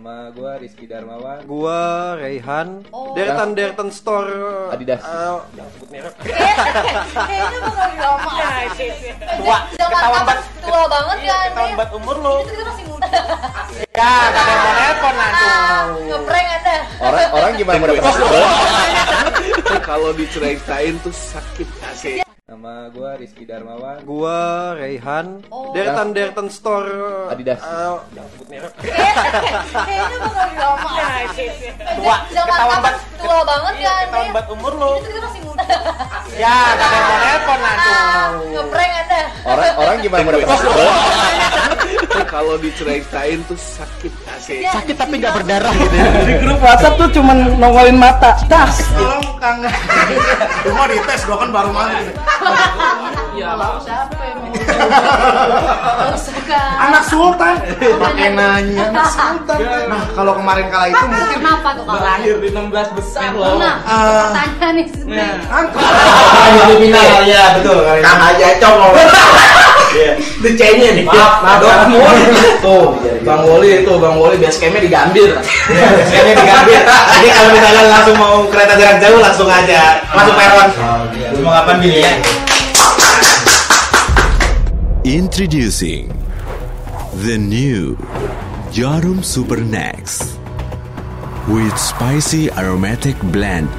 Nama gua Rizky Darmawan. Gua Raihan. Dertan Store Adidas. Jangan sebut merek. Kayaknya bakal lama. Tua. Ketahuan banget. Tua banget kan. Ketahuan banget umur lu. Itu kita masih muda. Ya, gak ada yang mau nelpon langsung. Ngeprank Anda. Orang gimana mau dapet Kalau diceritain tuh sakit asik. Nama gua Rizky Darmawan. Gua Raihan. Dertan Store Adidas. Jangan sebut merek. Kayaknya bakal lama. Tua. Ketahuan banget. Tua banget kan. Ketahuan banget umur lu. Itu kita masih muda. Ya, gak ada yang mau nelpon langsung. Ngeprank Anda. Orang gimana mau dapet Kalau diceritain tuh sakit asik. Sakit tapi gak berdarah gitu ya. Di grup WhatsApp tuh cuman nongolin mata. Das. Tolong kangen. Itu mah dites, gua kan baru masuk. Ya Allah. Siapa yang mau? Suka. Anak sultan. Pakai nanya anak sultan. Nah, kalau kemarin kala itu mungkin Kenapa tuh kalau? Berakhir di 16 besar loh. Nah, pertanyaan nih sebenarnya. final ya betul. Kang aja cong. Di C-nya nih. Maaf Bang Woli. Tuh, Bang Woli base camp-nya di Gambir. Base campnya di Gambir. Jadi kalau misalnya langsung mau kereta jarak jauh langsung aja masuk peron. Mau kapan pilih ya? Introducing the new Jarum Super Next with spicy aromatic blend.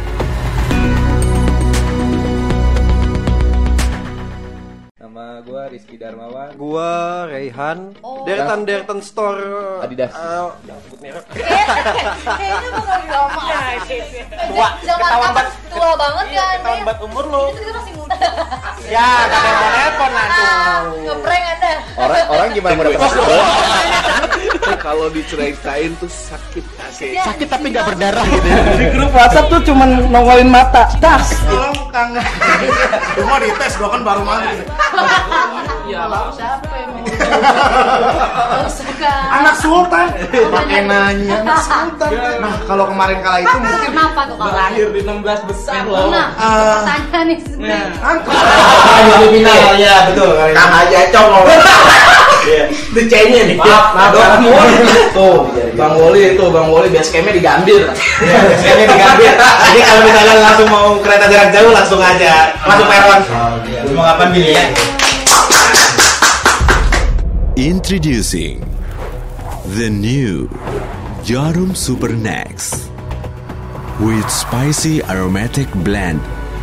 Nama gua Rizky Darmawan. Gua Raihan. Dertan Store Adidas. Jangan sebut merek. Kayaknya bakal lama. Tua. Ketahuan banget. Tua banget kan. Ketahuan banget umur lu. Itu kita masih muda. Ya, gak ada yang mau nelpon langsung. Ngeprank Anda. Orang gimana mau dapet Kalau diceritain tuh sakit asik. Sakit tapi gak berdarah gitu ya. Di grup WhatsApp tuh cuman nongolin mata. Das. Tolong kangen. Itu mah dites, gua kan baru masuk. Ya Allah. Siapa yang mau? Suka. Anak sultan. Pakai nanya anak sultan. Nah, kalau kemarin kala itu mungkin Kenapa tuh kalau? Berakhir di 16 besar loh. Nah, pertanyaan nih sebenarnya. final ya betul. Kang aja cong. Di C-nya nih. Maaf Bang Woli. Tuh, Bang Woli base camp-nya di Gambir. Base campnya di Gambir. Jadi kalau misalnya langsung mau kereta jarak jauh langsung aja masuk peron. Mau kapan pilih ya? Introducing the new Jarum Super Next with spicy aromatic blend.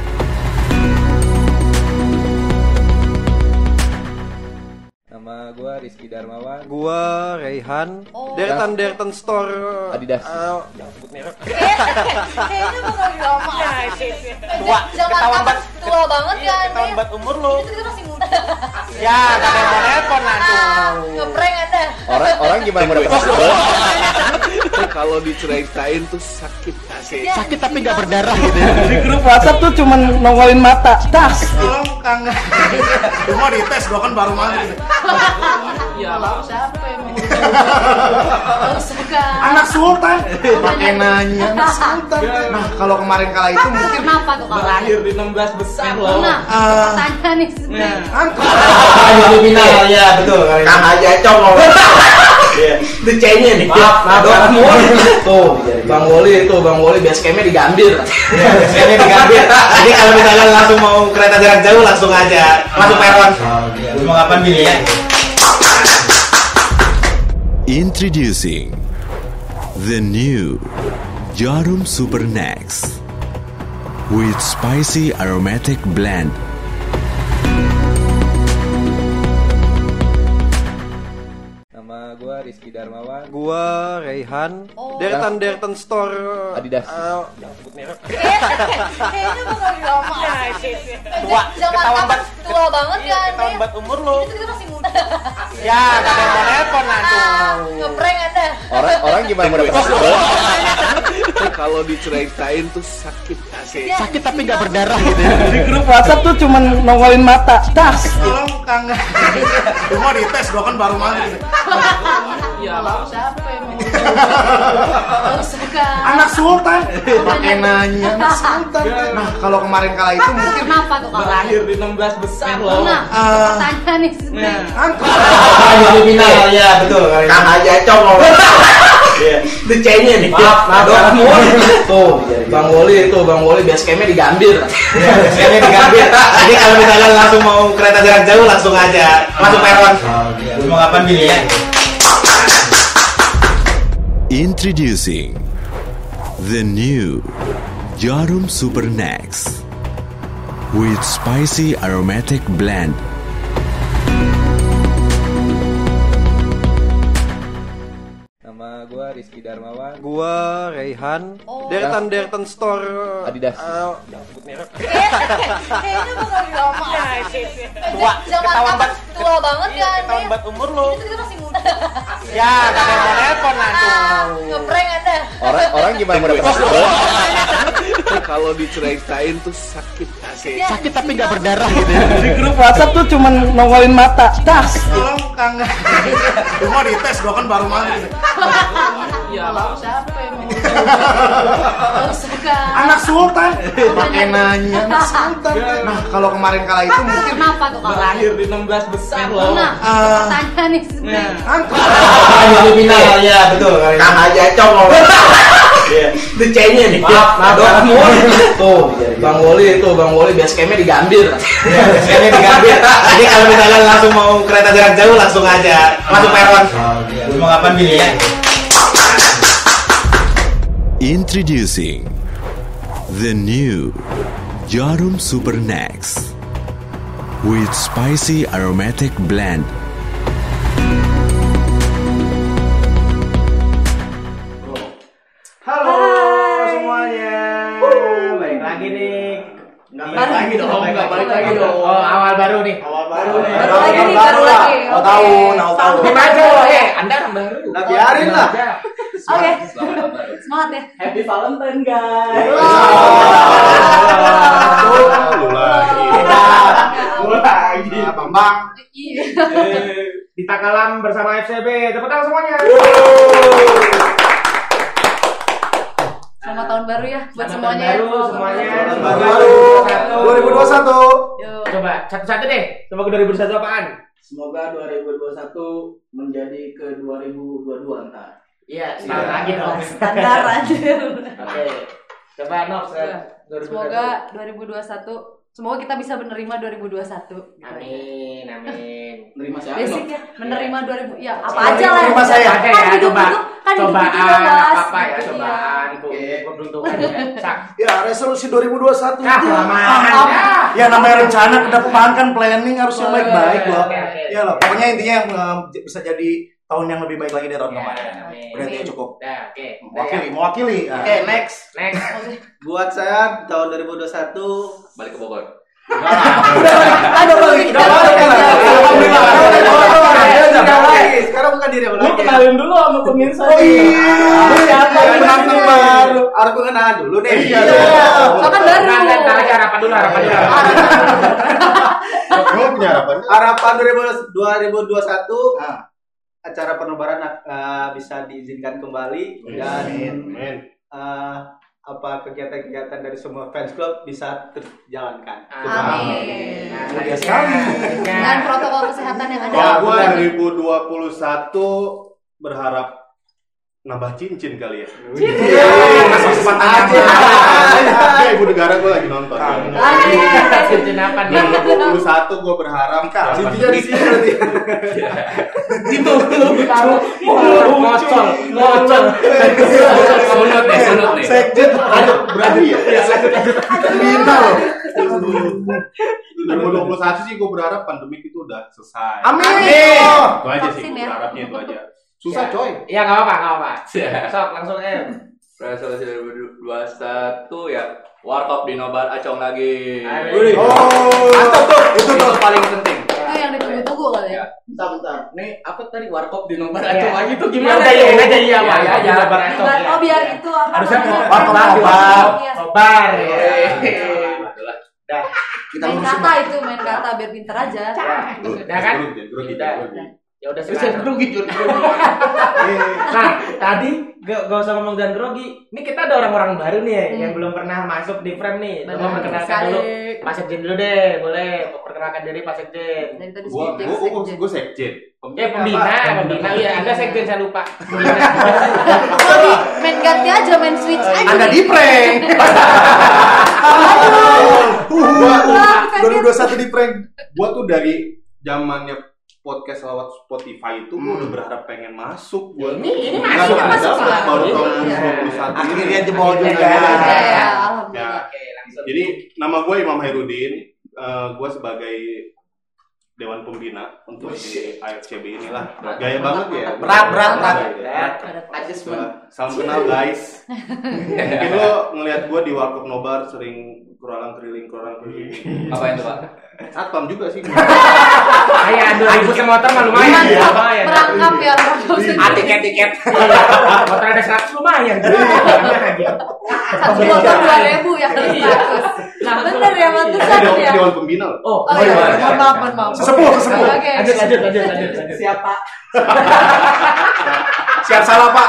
Nama gua Rizky Darmawan. Gua Raihan. Dertan Store Adidas. Jangan sebut merek. Kayaknya bakal lama. Tua. Ketahuan banget. Tua banget kan. Ketahuan banget umur lu. Itu kita masih muda. Ya, gak ada yang mau nelpon langsung. Ngeprank Anda. Orang gimana mau dapet Kalau diceritain tuh sakit asik. Sakit tapi gak berdarah gitu ya. Di grup WhatsApp tuh cuman nongolin mata. Das. Tolong kangen. Itu mah dites, gua kan baru masuk. Ya Allah. Siapa yang mau? Suka. Anak sultan. Pakai nanya anak sultan. Nah, kalau kemarin kala itu mungkin Kenapa tuh kalau? Berakhir di 16 besar loh. Nah, pertanyaan nih sebenarnya. final ya betul. Kang aja cong. Di C-nya nih. Maaf Bang Woli. Tuh, Bang Woli base camp-nya di Gambir. Base campnya di Gambir. Jadi kalau misalnya langsung mau kereta jarak jauh langsung aja masuk peron. Mau kapan pilih ya? Introducing the new Jarum Super Next with spicy aromatic blend. Nama gua Rizky Darmawan. Gua Raihan. Dertan Store Adidas. Jangan sebut merek. Kayaknya bakal lama. Tua. Ketahuan banget. Tua banget kan. Ketahuan banget umur lu. Itu kita masih muda. Ya, gak ada yang mau nelpon langsung. Ngeprank Anda. Orang gimana mau dapet Kalau diceritain tuh sakit asik. Sakit tapi gak berdarah gitu ya. Di grup WhatsApp tuh cuman nongolin mata. Das. Tolong kangen. Itu mah dites, gua kan baru masuk. Ya Allah. Siapa yang mau? Suka. Anak sultan. Pakai nanya anak sultan. Nah, kalau kemarin kala itu mungkin Kenapa tuh kalau? Berakhir di 16 besar loh. Nah, pertanyaan nih sebenarnya. final ya betul. Kang aja cong. C-nya nih. Maaf. Tuh, Bang Woli base camp-nya di Gambir. Base camp-nya di Gambir. Jadi kalau misalnya langsung mau kereta jarak jauh langsung aja. Langsung peron. Mau kapan pilih ya? Introducing the new Jarum Super Next with spicy aromatic blend. Nama gue Rizky Darmawan. Gua Raihan. Oh. Deretan store Adidas. Kayaknya bakal lama. Tua, ketahuan banget. Tua banget kan. Ketahuan banget umur lu. Itu masih muda. Ya, kagak mau telepon langsung. Ngeprank Anda. Orang gimana mau dapat Kalau diceritain tuh sakit asik. Sakit tapi nggak berdarah gitu. Di grup WhatsApp tuh cuman nongolin mata. Das. Tolong kagak. Cuma dites gua kan baru mandi. Iya, siapa yang mau Gak usah kan. Anak sultan. Pakai nanya anak sultan. Nah, kalau kemarin kala itu mungkin Kenapa tuh kalah? Lahir di 16 besar loh. Nah, pertanyaan nih sebenarnya. Jadi final ya betul. Kang aja cong. Di C-nya nih. Maaf. Tuh, Bang Woli base camp-nya di Gambir. Base camp-nya di Gambir. Jadi kalau misalnya langsung mau kereta jarak jauh langsung aja. Langsung peron. Mau kapan pilih ya? Introducing the new Jarum Super Next with spicy aromatic blend. halo semuanya. Balik lagi nih. Enggak balik lagi dong. Oh, awal baru nih. Baru lagi. Awal tahun. Gimana aja, Anda orang baru. Nah, biarin lah. Oke. Semangat ya. Happy Valentine guys. Lagi. Bambang. Iya. Di Takalam bersama FCB. Tepuk tangan semuanya. Selamat tahun baru ya buat Selamat semuanya. tahun baru semuanya. Baru 2021. Coba satu-satu deh. Semoga 2021 apaan? Semoga 2021 menjadi ke 2022 ntar. Iya, setahun lagi dong. Standar aja. Oke. Coba Nov, Semoga 2021 semoga kita bisa menerima 2021. Amin. Nerima siapa? Basic ya, menerima 2000 ya apa aja lah. Terima saya. Aja Kan ya, hidup coba. itu kan hidup Cobaan, itu luas. apa ya, Iya. cobaan. Keberuntungan ya. Sak. Ya, resolusi 2021 Ah, itu. lama. Ya namanya rencana ke depan kan planning harus yang baik-baik loh. Oke. Ya loh, pokoknya intinya bisa jadi tahun yang lebih baik lagi dari tahun Ya, kemarin. amin. Udah intinya cukup. Nah, oke. Mewakili. Oke, next. Next. Buat saya tahun 2021 Balik ke Bogor. Aduh, balik. Sekarang bukan diri Lu kenalin dulu sama pemirsa. Oh iya. Siapa Penonton baru. Harus kenalan dulu deh. Iya. Kan baru. Ntar aja harapan dulu. Gue punya harapan. Harapan 2021 acara penobaran bisa diizinkan kembali dan apa kegiatan-kegiatan dari semua fans club bisa terjalankan. Amin. Mulia sekali. Dengan protokol kesehatan yang ada. Kalau gua 2021 berharap nambah cincin kali ya. Masih kesempatan aja. Ya, ibu negara gua lagi nonton. Cincin apa nih? 2021 gua berharap Cincinnya di sini berarti. Itu Ngocol. Sunut nih. Sekjen aduh berani ya. Minta loh. 2021 sih gua berharap pandemik itu udah selesai. Amin. Itu aja sih Vaksin gua ya. berharapnya itu aja. Susah coy. Iya, enggak apa-apa. Sok langsung M. Resolusi 2021 ya warkop di Nobar Acong lagi. Mantap tuh. Itu Itu tuh. paling penting. Itu yang ditunggu-tunggu kali ya. Bentar. Nih, apa tadi warkop di nomor Iya. acung lagi tuh Gimana gimana? aja iya, Pak. Iya, Ya, iya. Acong. Oh biar itu apa Harusnya namanya? Nobar. Iya. Nobar. Kita Main ngurusin. kata itu, main kata biar pinter aja. Ya kan? Grogi. Ya udah Saya sekarang. grogi Jun. Nah, tadi gak usah ngomong dan grogi. Ini kita ada orang-orang baru nih yang belum pernah masuk di frame nih. Coba Benar perkenalkan sekali. dulu Pak Sekjen dulu deh. Boleh perkenalkan diri Pak Sekjen. Dari tadi Gua sekjen. Pembina ya. Anda Sekjen saya lupa. Pembina. Anda di prank. Gua 2021 di prank. Gua tuh dari zamannya podcast lewat Spotify itu gua udah berharap pengen masuk. Gua Ini masuk, nggak masuk, dapet, Pak. baru tahun Iya. 2021 ini. Akhirnya jebol juga. Ya, Ya. alhamdulillah. Jadi nama gue Imam Hairudin. Gue sebagai Dewan Pembina untuk di AFCB inilah. Gaya banget ya. Berat. Salam kenal guys. Mungkin lo ngelihat gue di Warkop Nobar sering kuralang keriling. Apa itu, Pak? Satpam juga sih. Kayak 2000 ke motor mah lumayan. Mantap, Lumayan. merangkap ya orang. Tiket. Motor ada 100 lumayan. Satu motor 2.000 ya kali 100. Nah, bener ya, pantesan ya. Dewan Pembina loh. Oh, Oh iya, mohon maaf. Sesepuh. Oke. Lanjut. Siapa? Siap salah, Pak.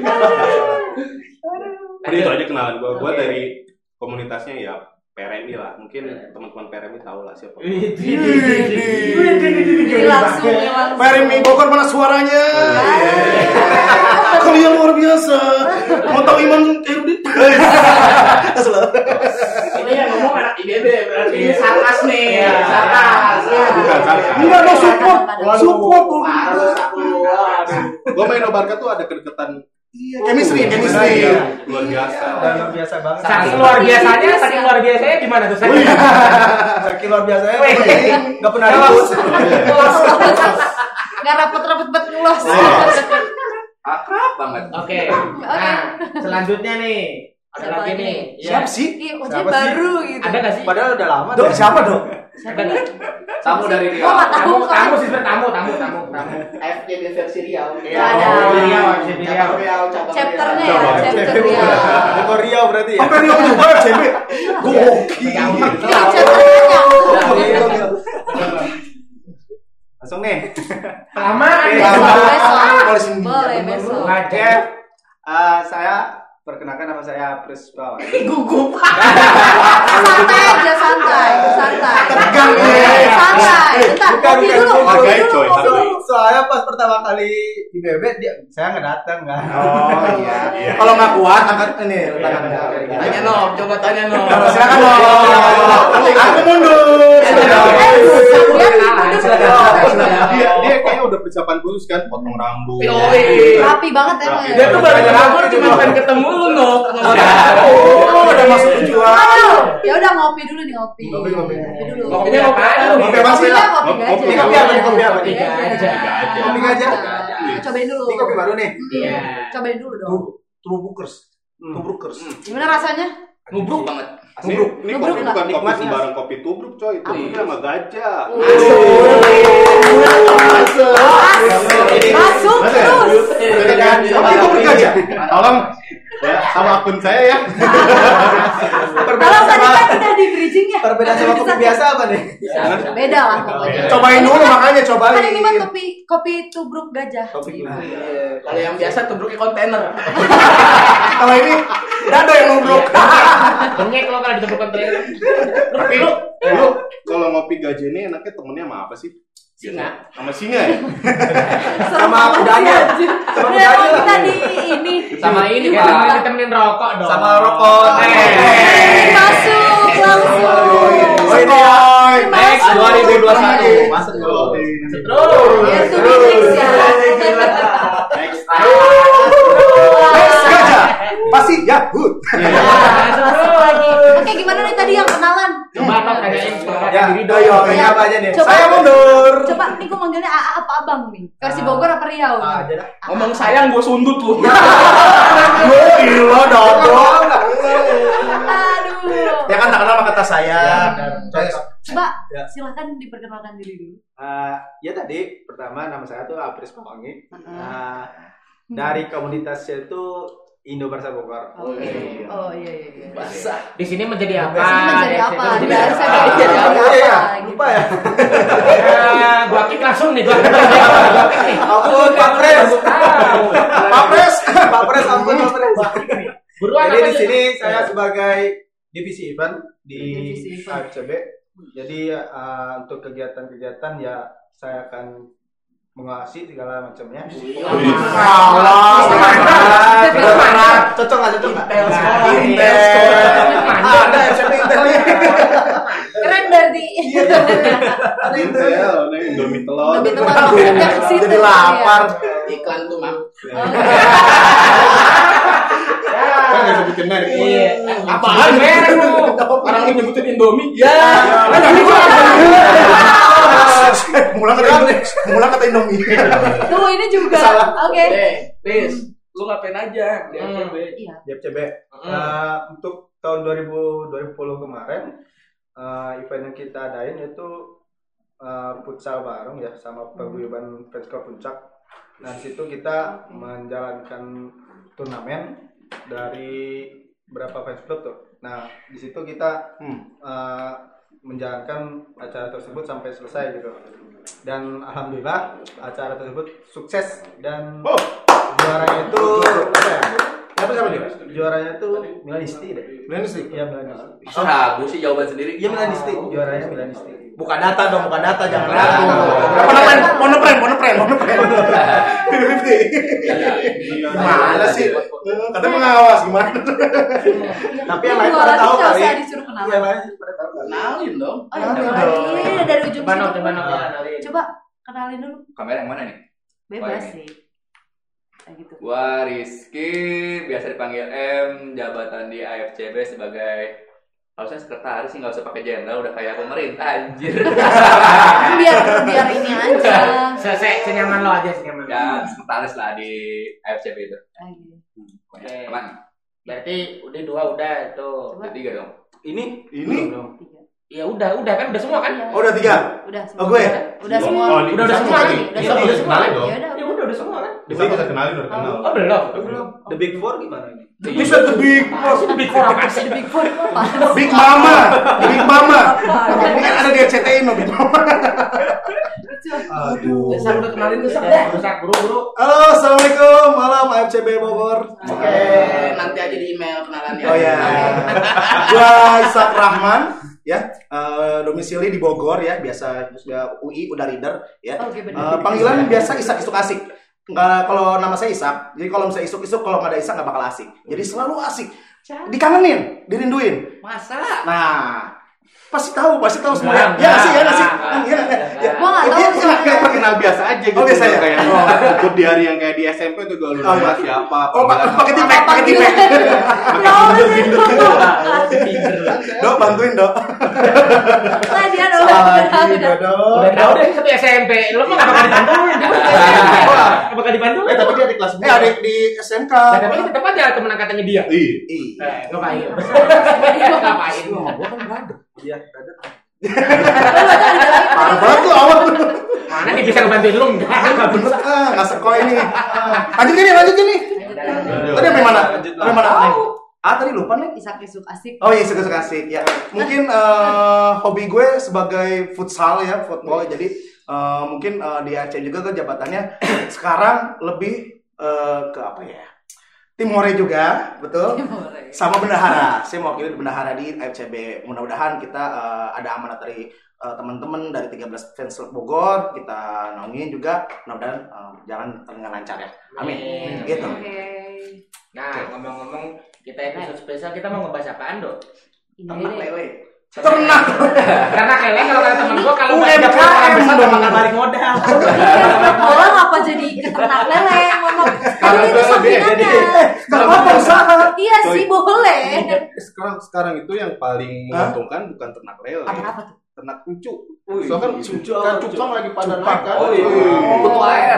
Jadi itu aja kenalan gue. Gue dari komunitasnya ya PRMI lah. Mungkin teman-teman PRMI tahu lah siapa. Ini langsung. Permi Bogor mana suaranya? Kalian luar biasa. Mau tahu Imam Hairudin? Ini yang ngomong anak IBB berarti ini sarkas nih. Sarkas. Bukan sarkas. Enggak ada support. Gue main Nobarka tuh ada kedekatan. Chemistry. Iya, luar biasa. Luar biasa banget. Saking luar biasanya gimana tuh? Saking luar biasanya. Enggak pernah ribut. Nggak rapet-rapet bet ngelos. Akrab banget. Oke. Nah, selanjutnya nih. Ada Siapa lagi lagi nih. nih? Siapa sih? Ih, Siapa ojek sih? baru gitu. Ada nggak sih? Padahal udah lama. Dok, siapa dok? Ada nggak? Tamu dari Gua nggak Riau. tahu kan. Tamu. FJB versi Riau. Ada. Riau. Chapternya ya, chapter ya. Bogor Riau berarti ya? Sampai Riau juga FCB. Gokil. Iya, chapternya. Langsung nih. Kelamaan. Besok. Boleh besok. Wajib. Saya perkenalkan nama saya Pris Bawa. Gugup. Santai aja, santai. Tegang nih. Santai. Bentar, kopi dulu, kopi Hargai, dulu, coy, kopi hargai. dulu. Soalnya pas pertama kali di bebek saya nggak datang kan. Oh iya. Kalau nggak kuat angkat ini tangan. Tanya Nom, coba tanya Nom. Silakan Nom. Aku mundur. Dia kayaknya udah persiapan khusus kan, potong rambut. Rapi banget ya. Rapi. Dia tuh baru lapor cuma pengen ketemu lu Nok. Oh, udah masuk tujuan. Aduh, ya udah ngopi dulu nih ngopi. Ngopi dulu. Kopinya apaan? Ngopi apa sih? Kopinya kopi Ngopi gajah. apa? Kopi apa? Kopi Gajah. gajah. Kopi gajah. Cobain dulu. Ini kopi baru nih. Iya. Cobain dulu dong. Tubrukers. Gimana rasanya? Ngubruk banget. Ini Nubruk kopi nggak? bukan kopi Nikmat sembarang kopi tubruk coy, itu sama gajah. Masuk terus. Kopi tubruk gajah. Tolong ya, sama akun saya ya. Kalau tadi kan udah di bridging ya. Perbedaan sama kopi biasa apa nih? Beda lah pokoknya. Cobain dulu makanya cobain. Kan ini mah kopi tubruk gajah. Kalau yang biasa tubruknya kontainer. Kalau ini dado yang nubruk. Bengek lo kalau ditubruk kontainer. Tapi lu kalau ngopi gajah ini enaknya temennya sama apa sih? Singa. Sama singa ya? Sama kudanya. Sama Ya kudanya kita lah. di ini. Sama ini Kita Pak. ditemenin rokok dong. Sama rokok. Masuk langsung. Oh ini ya. Next 2021. Masuk dulu. Ya itu di next ya. Next. Gajah. Pasti ya. Masuk lagi. Oke, gimana nih tadi yang kenalan? Coba Nok tanyain Ya, diri dong. ayo, ini apa aja nih? Coba. Saya mundur. Coba nih gue manggilnya AA apa Abang nih? Versi Bogor apa Riau? Ah, aja dah. Ngomong sayang gue sundut lu. Gila dong. Aduh. Ya kan tak kenal maka kata saya. Coba Ya. silakan diperkenalkan diri dulu. Ya tadi pertama nama saya tuh Apris Pawangi. Dari komunitasnya itu Indo Barsa Bogor. Oke. Oh iya. Basah. Di sini menjadi apa? Di sini menjadi apa? Di Dari saya apa? menjadi apa? Iya, Gitu. lupa ya. Gua kick langsung nih gua. Ampun, Pak Pres. Ampun, Pak Pres. Buruan Jadi apa di aja? sini saya sebagai divisi event di Divisi event. AFCB. Jadi untuk kegiatan-kegiatan ya saya akan mengawasi segala macamnya. Allah. Cocok nggak cocok nggak? Intel, Indomie telur. Indomie telur. Udah ke situ Jadi ya. lapar. Iklan tuh, Mam. Kan nggak sebutin merek. Iya. Apaan merek lu? Orang ini nyebutin Indomie. Ya. Mulai kata Indomie. Tuh ini juga. Oke. Please, lu ngapain aja di FCB? Iya. Di FCB. Untuk tahun 2020 kemarin, event yang kita adain itu futsal bareng ya sama paguyuban fans Club Puncak. Nah, di situ kita menjalankan turnamen dari berapa fans club tuh. Nah, di situ kita menjalankan acara tersebut sampai selesai gitu. Dan alhamdulillah acara tersebut sukses dan juaranya itu apa ya? Juaranya itu Milanisti deh. Milanisti? Iya, Milanisti. Bisa ragu sih jawaban sendiri. Iya, Milanisti. Juaranya Milanisti. Buka data dong, buka data jangan Buka ragu. Monopren. Mana sih? Katanya pengawas gimana? Tapi yang lain pada tahu kali. Saya disuruh kenalan. Yang lain pada tahu kali. Kenalin dong. Oh ya, kenalin dari ujung Coba sini. kenalin. Coba kenalin dulu. Kamera yang mana nih? Bebas ini. sih. Kayak gitu. Gua Rizky, biasa dipanggil M, jabatan di AFCB sebagai harusnya sekretaris sih, nggak usah pakai jenderal, udah kayak pemerintah anjir. biar ini aja. Senyaman lo aja, senyaman. Ya, sekretaris lah di AFCB itu. Oke. Aman. Berarti udah itu. Udah 3 dong. Ini Belum. Ya udah kan udah semua kan? Iya. Oh, udah 3. Udah semua. Oh, gue? Udah semua. Udah semua nih. Udah Iya, semua. udah semua. Kenalin dong. Ya udah. Ya udah semua kan? Bisa kita kenalin udah kenal. Oh belum. The Big Four gimana ini? Bisa the big boss. The Big Four apa sih? The Big Four itu apa? Big Mama. Big Mama. Ini kan ada di RCTI no Big Mama. Aduh. Besar udah kenalin tuh deh. Rusak buru-buru. Halo, assalamualaikum. Malam FCB Bogor. Oke, nanti aja di email kenalannya. Oh ya. Gua Ishak Rahman ya, domisili di Bogor ya, biasa UI udah reader ya. Oke, benar. Panggilan biasa Ishak Isuk Asik. Enggak, kalau nama saya Ishak. Jadi kalau misalnya Isuk kalau nggak ada Ishak nggak bakal asik. Jadi selalu asik. Dikangenin, dirinduin. Masa? Nah, pasti tahu semuanya. Ya sih, ya sih. Gua nggak tahu Dia sebenarnya. kayak perkenal biasa aja gitu. Oh, biasa ya? Kayak ikut di hari yang kayak di SMP tuh gue lupa nama siapa. Oh, pakai tipek. Dok, bantuin, Dok. Nah, dia dong. Udah tahu deh satu SMP. Lo mah nggak bakal dibantuin. Nggak bakal dibantuin. Tapi dia di kelas B. Ada di SMK. Nah, tapi tetap aja temen angkatannya dia. Iya. Ngapain? Ngapain? Iya, ada. Parah banget tuh awal. Mana dia bisa ngebantuin lu? Enggak bisa. Enggak sekolah ini. Lanjut nih. Tadi sampai mana? Tadi lupa nih. Ishak Isuk Asik. Oh iya, Isuk Asik ya. Mungkin hobi gue sebagai futsal ya, football. Jadi mungkin di Aceh juga kan jabatannya sekarang lebih ke apa ya? Tim Hore juga, betul. Sama bendahara. Saya mewakili bendahara di FCB. Mudah-mudahan kita ada amanat dari teman-teman dari 13 fans Club Bogor, kita naungin juga. Mudah-mudahan jalan dengan lancar ya. Amin. Gitu. Nah, ngomong-ngomong kita episode spesial, kita mau ngebahas apaan, Dok? Ternak lele. Karena lele kalau kata temen gua kalau UMKM nggak besar nggak bakal balik modal. Bola ngapa jadi keternak lele? Ngomong. Kalau itu sampingannya. Gak apa-apa usaha. Iya sih boleh. Sekarang itu yang paling menguntungkan bukan ternak lele. Apa tuh? Ternak cucuk. Soalnya kan cupang lagi pada naik kan. Oh iya. Kutu air.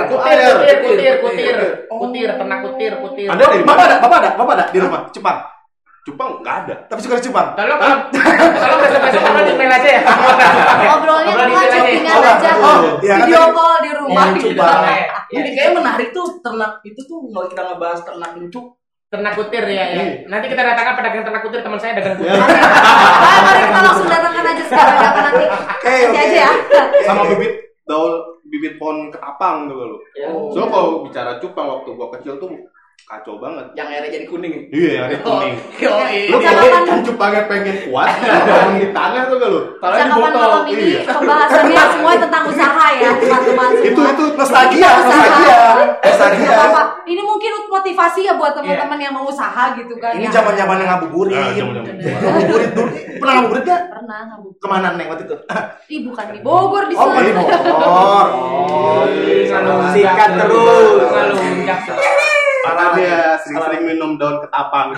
Kutir, ternak kutir. Ada di Bapak ada di rumah cupang. Cupang nggak ada. Tapi suka ada cupang. Kalau besok ngobrol di email aja ya. Ngobrolnya cuma cupingan aja. Video call di rumah gitu. Ini kayak menarik tuh ternak itu tuh kalau kita ngebahas ternak lucu. Ternak kutir ya. Nanti kita datangkan pedagang ternak kutir, teman saya dagang kutir. Mari kita langsung datangkan aja sekarang nanti. Nanti aja ya. Sama bibit pohon ketapang tuh lu. Soalnya kalau bicara cupang waktu gua kecil tuh kacau banget. Yang airnya jadi kuning. Iya, yang ada kuning. Lu Cakapan- kan cupangnya pengen kuat, kalau di tangan tuh gak lu? Cakapan malam ini Iya. pembahasannya semua tentang usaha ya teman-teman semua. Itu Nostalgia. Apa? Ini mungkin motivasi ya buat teman-teman yang mau usaha gitu kan. Ini ya. zaman-zaman ngabuburit. Nah, zaman-zaman. Ngabuburit dulu. Pernah ngabuburit gak? Pernah ngabuburit. Kemana Neng waktu itu? Ih bukan di Bogor di Oh, sana. di Bogor. Sikat terus, ngelunjak. Karena dia sering-sering minum daun ketapang.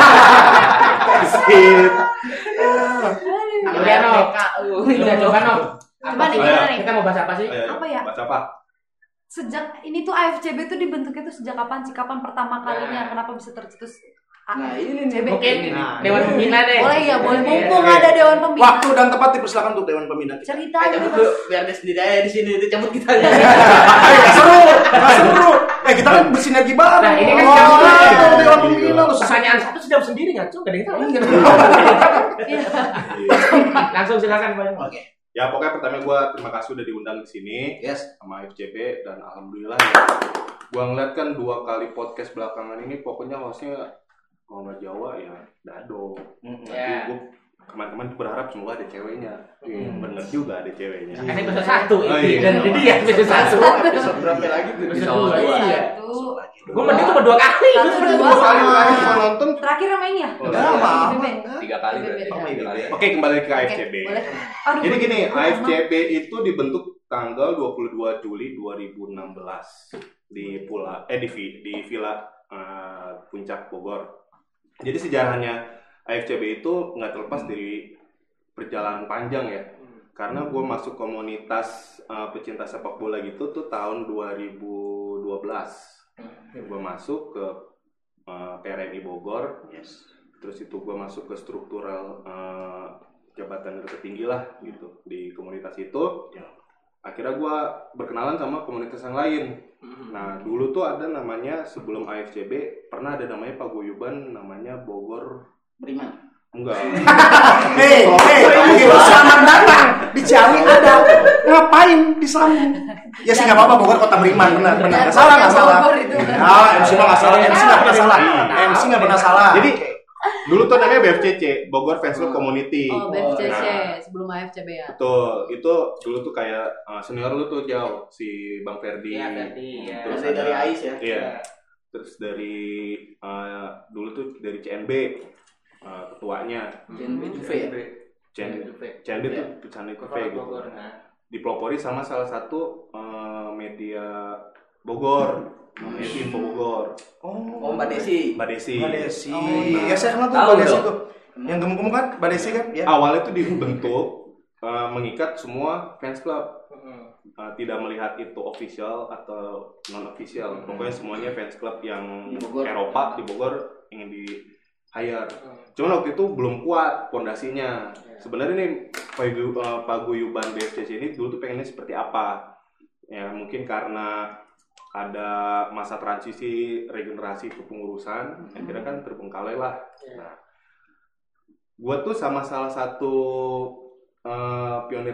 Sip. Udah no. Udah coba no. Coba nih gimana nih? Kita mau bahas apa sih? Apa ya? Baca apa? Sejak ini tuh AFCB tuh dibentuknya tuh sejak kapan sih? Kapan pertama kalinya? Kenapa bisa tercetus? Nah, ini nih. AFCB? Mungkin Dewan Pembina deh. Boleh ya, boleh. Mumpung ada Dewan Pembina. Waktu dan tempat dipersilakan untuk Dewan Pembina. Cerita Cabut gitu. tuh biar dia sendiri aja di sini, itu cabut kita aja. Gak seru. Kita kan bersinergi bareng. Nah, ini kan Dewan Pembina lu. pertanyaan satu sudah sendiri nggak cuy? Gak ada yang tahu. Iya. Langsung silakan Pak. Oke. Ya pokoknya pertama gue terima kasih udah diundang ke sini Yes. sama FCB dan alhamdulillah ya. Gue ngeliat kan 2 kali podcast belakangan ini pokoknya hostnya kalau nggak Jawa ya Dado. Tapi gue teman-teman berharap semoga ada ceweknya. Bener juga ada ceweknya. Karena episode 1 Oh, ini iya. dan jadi ya episode 1. Episode berapa lagi tuh? Episode 2 iya. Tuh. Gue mending tuh berdua kali. Satu, Gua dua, berdua Kali kali. terakhir gue nonton. Terakhir sama ini ya? Oh, maaf. BBB. 3 kali berarti. BBB. Tiga kali. Oke kembali ke Oke, AFCB. boleh. Aduh, Jadi gini, lama. AFCB itu dibentuk tanggal 22 Juli 2016 di di Villa Puncak Bogor. Jadi sejarahnya AFCB itu nggak terlepas dari perjalanan panjang ya. Karena gue masuk komunitas pecinta sepak bola gitu tuh tahun 2012. Gue masuk ke PRMI Bogor. Terus itu gue masuk ke struktural jabatan tertinggi lah gitu di komunitas itu. Akhirnya gue berkenalan sama komunitas yang lain. Nah dulu tuh ada namanya sebelum AFCB pernah ada namanya paguyuban namanya Bogor Beriman. enggak. Selamat datang di Ciawi ada. Ngapain di sana? Ya sih nggak apa-apa, Bogor kota beriman, benar. Nggak salah. Bogor itu. Ya, MC mah nggak salah. MC nggak pernah salah. MC nggak pernah salah. Jadi dulu tuh namanya BFCC, Bogor Fans Club Community. Oh, BFCC Nah, sebelum AFCB ya. betul. Itu dulu tuh kayak senior lu tuh jauh si Bang Ferdi. Iya, Ferdi, ya. Terus Dari ada- Ais ya. Iya. Terus dari dulu tuh dari CNB ketuanya. JNB Juve ya. CNB tuh pecahan itu gitu. Dipelopori sama salah satu media Bogor. Namanya Info Bogor. Oh, Mbak Desi. Mbak Desi. Mbak Desi. Nah, Ya saya kenal tuh Tahu Mbak Desi dong. tuh. Yang gemuk-gemuk kan Mbak Desi kan? Ya. Awalnya tuh dibentuk mengikat semua fans club. Tidak melihat itu official atau non official. Pokoknya semuanya fans club yang Di Bogor. Eropa di Bogor ingin di hire. Cuman waktu itu belum kuat pondasinya. Sebenarnya nih paguyuban BFCC ini dulu tuh pengennya seperti apa? Ya mungkin karena ada masa transisi regenerasi kepengurusan, akhirnya kan terbengkalai lah. Nah, gue tuh sama salah satu pionir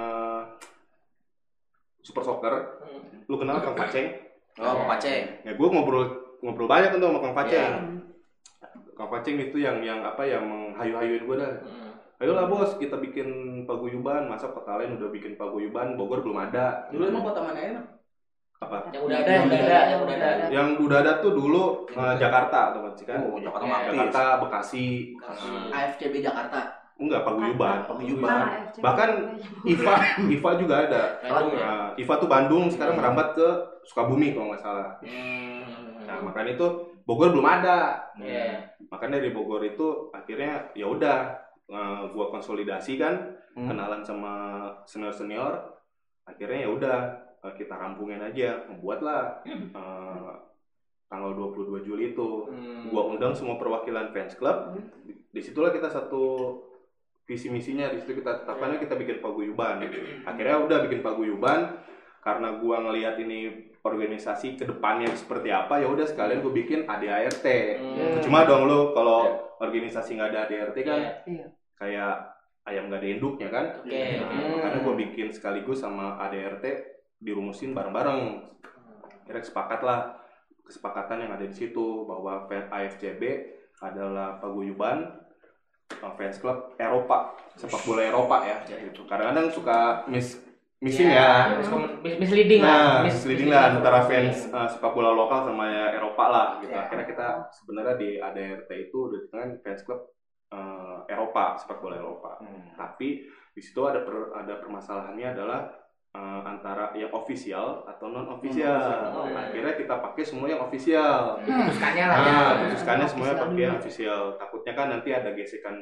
Super Soccer, lu kenal Kang Paceng? Oh, Pak Ceng. Ya gue ngobrol banyak tuh sama Kang Paceng. Kang Paceng itu yang menghayu-hayuin gue dah. Ayolah bos, kita bikin paguyuban. Masa kota lain udah bikin paguyuban, Bogor belum ada. Dulu emang kota mana enak? Apa? Yang udah ada. Yang udah ada tuh dulu Jakarta tuh kan? Oh, Jakarta Iya. Mapis. Jakarta, Bekasi. AFCB Jakarta. Enggak, paguyuban. Nah, AFCB. Bahkan IFA juga ada. Nah, IFA tuh Bandung sekarang merambat ke Sukabumi kalau nggak salah. Nah, makanya itu Bogor belum ada. Makanya dari Bogor itu akhirnya ya udah gua konsolidasi kan, kenalan sama senior-senior. Akhirnya ya udah kita rampungin aja, membuatlah tanggal 22 Juli itu. Gua undang semua perwakilan fans club. Disitulah kita satu visi misinya, di situ kita tetapkannya kita bikin paguyuban. Akhirnya udah bikin paguyuban karena gua ngelihat ini organisasi kedepannya seperti apa, ya udah sekalian gue bikin ADART. Cuma dong lo kalau organisasi nggak ada ADART kan kayak ayam nggak ada induknya kan. Karena gue bikin sekaligus sama ADART dirumusin bareng-bareng. Akhirnya sepakat lah kesepakatan yang ada di situ bahwa AFCB adalah paguyuban fans club Eropa, sepak bola Eropa ya gitu. Kadang-kadang suka missing misleading lah antara fans sepak bola lokal sama Eropa lah gitu. Akhirnya kita sebenarnya di ADRT itu udah kan fans club Eropa, sepak bola Eropa. Tapi di situ ada permasalahannya adalah antara yang official atau non official. Akhirnya kita pakai semua yang official. Putuskannya lah putuskannya semuanya pakai yang official. Takutnya kan nanti ada gesekan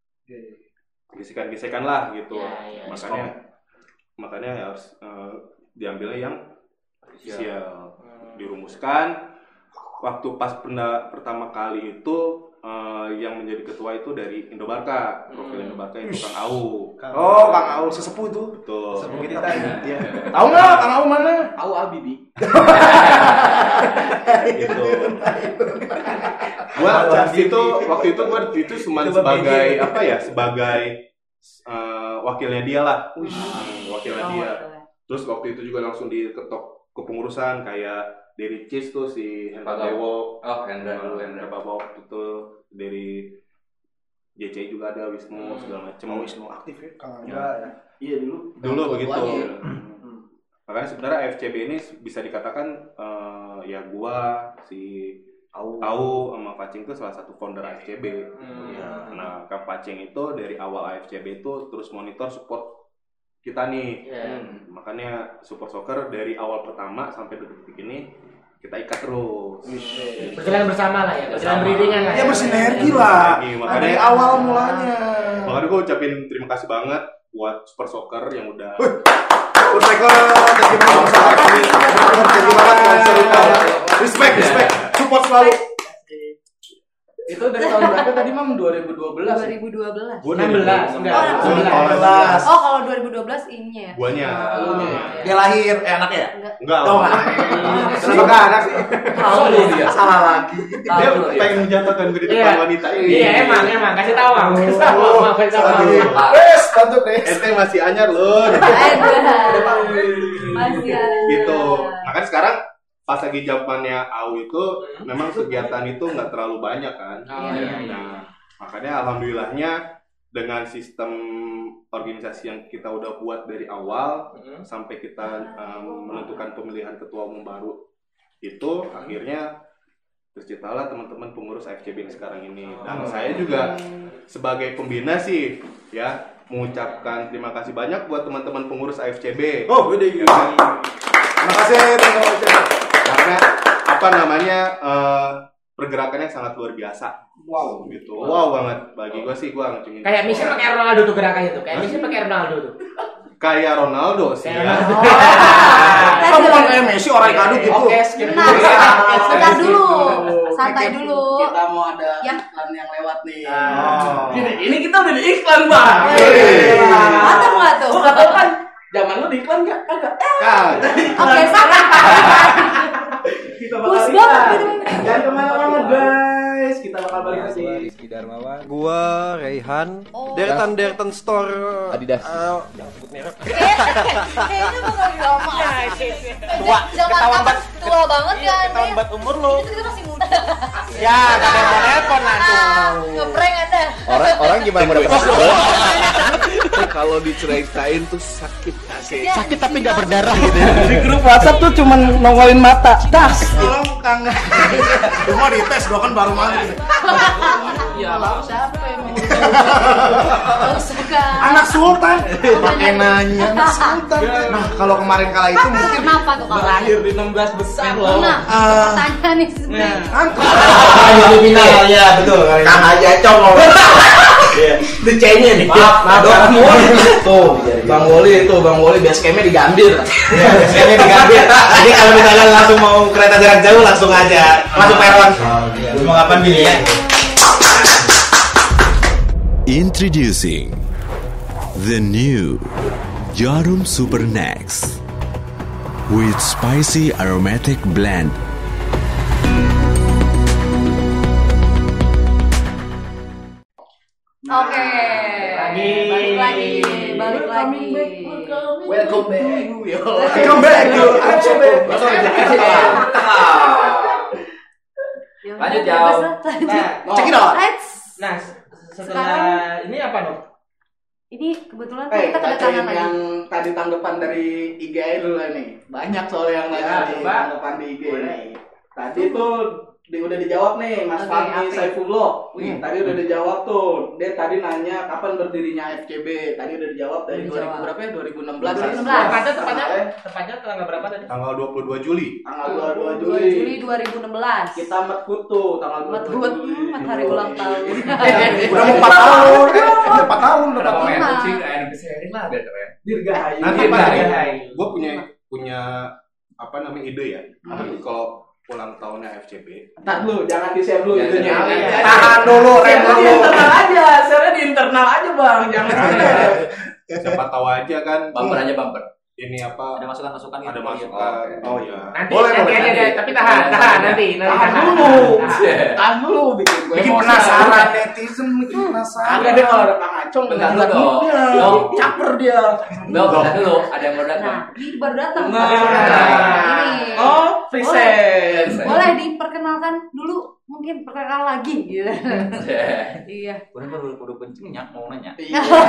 lah gitu. Makanya harus diambilnya yang official. Dirumuskan waktu pas pertama kali itu yang menjadi ketua itu dari Indobarka, profil Indobarka itu Kang Au. Oh, Kang Au sesepuh itu. Betul. Sesepuh kita. Iya. Tahu nggak Kang Au mana? Au Abibi. Gitu. Waktu itu cuma sebagai apa ya? Sebagai wakilnya dia lah. Wakilnya dia. Terus waktu itu juga langsung diketok kepengurusan kayak dari Cis tuh si Hendra Dewo. Hendra Bawo itu dari JC juga ada Wisnu segala macam. Wisnu aktif ya? Kang Angga ya? Iya dulu begitu. Makanya sebenarnya AFCB ini bisa dikatakan ya gua si Au sama Pacing itu salah satu founder AFCB. Nah, Kang Pacing itu dari awal AFCB itu terus monitor support kita nih. Makanya Support Soccer dari awal pertama sampai detik ini kita ikat terus. Berjalan bersama lah ya, berjalan beriringan lah. Ya bersinergi lah. Makanya dari awal mulanya. Makanya gue ucapin terima kasih banget buat Support Soccer yang udah Respect, support selalu. Itu dari tahun berapa tadi, Mam? 2012. 2012. 16. Oh, kalau 2012 ininya ya. Guanya. Dia lahir anaknya ya? Enggak. Kenapa anak sih? Tahu dia. Salah lagi. Dia pengen menjatuhkan gue di depan wanita ini. Iya, emang kasih tahu, Mam. Kasih tahu. Wes, bantu deh. Ente masih anyar loh. Masih ada. Gitu. Makanya sekarang pas lagi zamannya Au itu memang kegiatan itu nggak terlalu banyak kan. Nah, makanya alhamdulillahnya dengan sistem organisasi yang kita udah buat dari awal sampai kita menentukan pemilihan ketua umum baru itu akhirnya terciptalah teman-teman pengurus AFCB yang sekarang ini. Dan saya juga sebagai pembina sih ya mengucapkan terima kasih banyak buat teman-teman pengurus AFCB. Oh, udah gitu. Terima kasih teman-teman. Karena apa namanya pergerakannya sangat luar biasa. Wow gitu. Wow banget bagi gue sih, gue ngecengin. Kayak Messi pakai Ronaldo tuh gerakannya tuh. Kayak Messi pakai Ronaldo tuh. Kayak Ronaldo sih ya. Kamu bukan kayak Messi orang kadut gitu. Oke, skip dulu. Sebentar dulu. Santai dulu. Kita mau ada Ya. iklan yang lewat nih. Ini kita udah di iklan, Bang. Mantap nggak tuh? Kan zaman lu di iklan nggak? Agak. Oke, santai. Kita Bus banget gitu. Jangan kemana-mana, guys. Kita bakal balik lagi. Gua Rizky Darmawan. Gua Raihan, Oh. Dertan Store Adidas. Kayaknya bakal lama. Tua. Zaman Ketahuan kapan? Tua banget kan? Ketahuan buat umur lu. Itu kita masih muda. Ya, gak ada yang telepon Ngeprank Anda. Orang gimana mau dapat Kalau diceritain tuh sakit. Sakit tapi gak berdarah gitu. Di grup WhatsApp tuh cuman nongolin mata. Das. Tolong Kang. Lu mau dites, gua kan baru mandi. Iya, siapa yang mau? Suka. Anak Sultan. Pakai nanya anak Sultan. Nah, kalau kemarin kala itu mungkin Kenapa tuh kalau? Berakhir di 16 besar loh. Nah, pertanyaan nih sebenarnya. Di final ya, betul. Kang aja cong. Di C-nya nih. Maaf. Tuh, Bang Woli base camp-nya di Gambir. Base camp-nya di Gambir. Jadi kalau misalnya langsung mau kereta jarak jauh langsung aja. Langsung peron. Mau kapan gini ya? Introducing the new Jarum Super Next with spicy aromatic blend. Oke. Balik lagi. Welcome back. Welcome back to AFCB. Lanjut jauh. Cek it out. Nah, setelah ini apa dong? Ini kebetulan kita kedatangan lagi. Yang tadi tanggapan dari IG dulu nih. Banyak soal yang nanya tanggapan di IG. Tadi tuh udah dijawab nih Mas Fahmi Saifullah. Tadi udah dijawab tuh. Dia tadi nanya kapan berdirinya FCB. Tadi udah dijawab dari 2000 berapa ya? 2016. Tepatnya tanggal berapa tadi? Tanggal 22 Juli. Tanggal 22 Juli. Juli 2016. Kita metkut tuh tanggal 22 Juli. 4 hari ulang tahun. Udah mau 4 tahun. 4 tahun. Berapa main kucing kayak dipeserin lah biar keren. Dirgahayu. Nanti Dirgahayu. gue punya apa namanya ide ya. Nanti kalau ulang tahunnya FCB. Ntar dulu, jangan di-share dulu itunya. Tahan dulu, rem Di dulu. internal aja, share di internal aja bang, jangan share. Siapa tahu aja kan. Bumper aja bumper. Ini apa? Ada masukan-masukan gitu. Ada masukan. Oh iya. Nanti Boleh. tapi tahan nanti. Tahan dulu, bikin gue Bikin penasaran netizen, bikin penasaran. Agak deh kalau ada Kang Acong, Bentar bentar dulu dong. caper dia. Bentar dulu, ada yang baru datang. Nah, ini baru datang. Nah. Ini. Oh, free sense. Boleh diperkenalkan dulu, mungkin perkenalkan lagi gitu. Iya. Udah kencengnya mau nanya.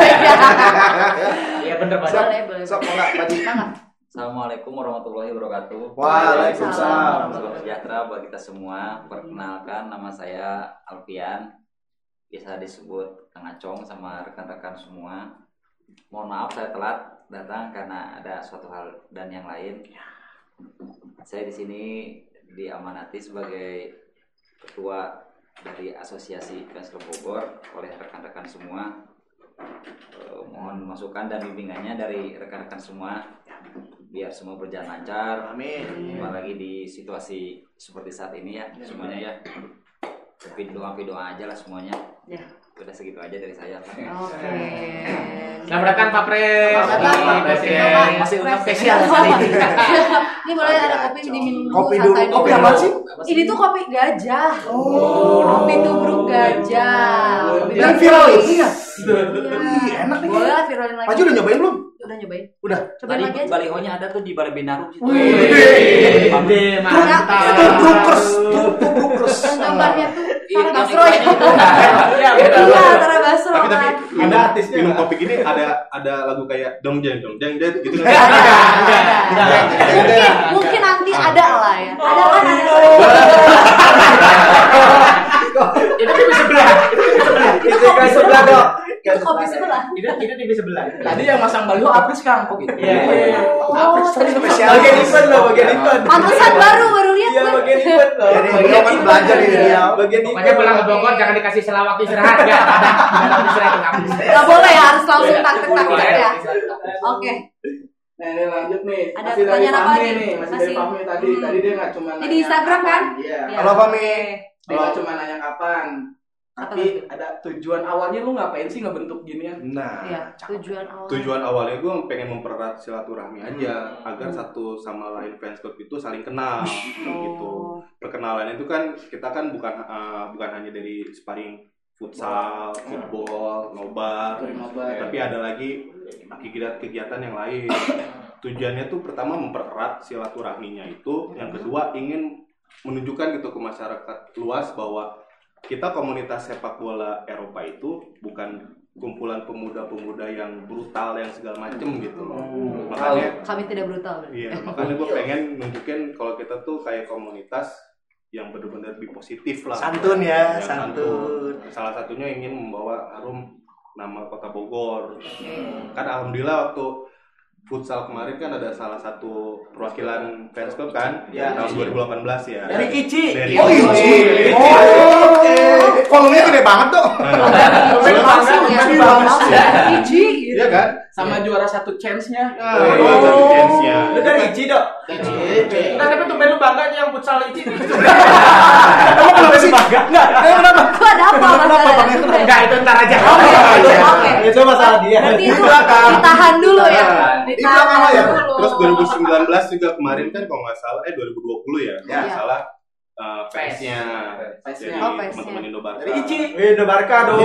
Iya bener Pak. Boleh. Sok enggak Pak. Assalamualaikum warahmatullahi wabarakatuh. Waalaikumsalam. Salam sejahtera bagi kita semua. Perkenalkan, nama saya Alfian. Biasa disebut Kang Acong sama rekan-rekan semua. Mohon maaf saya telat datang karena ada suatu hal dan yang lain. Saya di sini diamanati sebagai ketua dari Asosiasi Fans Club Bogor oleh rekan-rekan semua. Mohon masukan dan bimbingannya dari rekan-rekan semua biar semua berjalan lancar. Amin. Apalagi di situasi seperti saat ini ya, semuanya ya. Tapi doa aja lah semuanya. Ya. Udah segitu aja dari saya. Oke. Selamat datang Pak Pres. Masih undang spesial hari ini. Ini boleh ada kopi diminum dulu. Kopi dulu. santai Kopi apa sih? Ini tuh kopi gajah. Kopi tubruk gajah. Kopi Yang tubruk. viral ini ya? Iya. Enak nih. Boleh lah viralin lagi. Maju udah nyobain belum? Udah nyobain. Udah. Cobain lagi aja. Balihonya ada tuh di Balai Binarum. Gede mantap. Itu brokers. Yang gambarnya tuh Iya, Tara Basro ya. Iya, Iya, Tara Basro. Tapi kan. ada artisnya minum kopi gini ada lagu kayak dong jeng gitu. Mungkin nanti ada lah ya. Ada kan ada. Itu TV sebelah. Itu kopi sebelah dong. Itu kopi sebelah. Itu TV sebelah. Tadi yang masang baliho Apris Kang, kok gitu. Iya. Oh, Spesial. Bagian event. pantesan baru lihat Iya, gue. bagian event loh. Jadi beliau kan belajar ini dia. Bagian Pokoknya pulang ke Bogor jangan dikasih selawak istirahat ya. Jangan istirahat habis. Gak boleh ya, harus langsung taktik ya. Oke. Nah, ini lanjut nih. Ada Masih dari pertanyaan apa Fahmi lagi? nih, masih Masih. dari Fahmi tadi. Tadi dia nggak cuma Ini di Instagram kan? Iya. Iya. Halo Fahmi. Dia nggak cuma nanya kapan. Apa Tapi tuh? ada tujuan awalnya lu ngapain sih ngebentuk ginian? Nah, Iya, tujuan awal. Tujuan awalnya gue pengen mempererat silaturahmi aja agar satu sama lain fans club itu saling kenal gitu. Perkenalan itu kan kita kan bukan hanya dari sparring futsal, football, nobar, tapi ada lagi kegiatan yang lain. Tujuannya tuh pertama mempererat silaturahminya itu, yang kedua ingin menunjukkan gitu ke masyarakat luas bahwa kita komunitas sepak bola Eropa itu bukan kumpulan pemuda-pemuda yang brutal yang segala macem gitu loh. Makanya Kami tidak brutal. iya, makanya gue pengen nunjukin kalau kita tuh kayak komunitas yang benar-benar lebih positif lah. Santun ya, santun. Salah satunya ingin membawa harum nama Kota Bogor. Kan alhamdulillah waktu futsal kemarin kan ada salah satu perwakilan fans club kan tahun 2018 ya. Dari Ici. Oh, Ici. Oke. Kolomnya gede banget tuh. Langsung ya. Iji. Iya kan? Sama juara satu chance-nya. Chance-nya. Lu dari Ici, Dok. Nah, tapi tumben lu bangga yang futsal Ici. Emang kenapa sih? Enggak. Kenapa? Kok ada apa masalahnya? Enggak, itu ntar aja. Oke. Itu masalah dia. Berarti itu ditahan dulu ya. Ditahan ya. dulu. Terus 2019 juga kemarin kan kalau nggak salah 2020 ya. Kalau nggak salah PS-nya. Jadi Oh, PS-nya. teman-teman Indobarka. Dari Ici. Indobarka dong.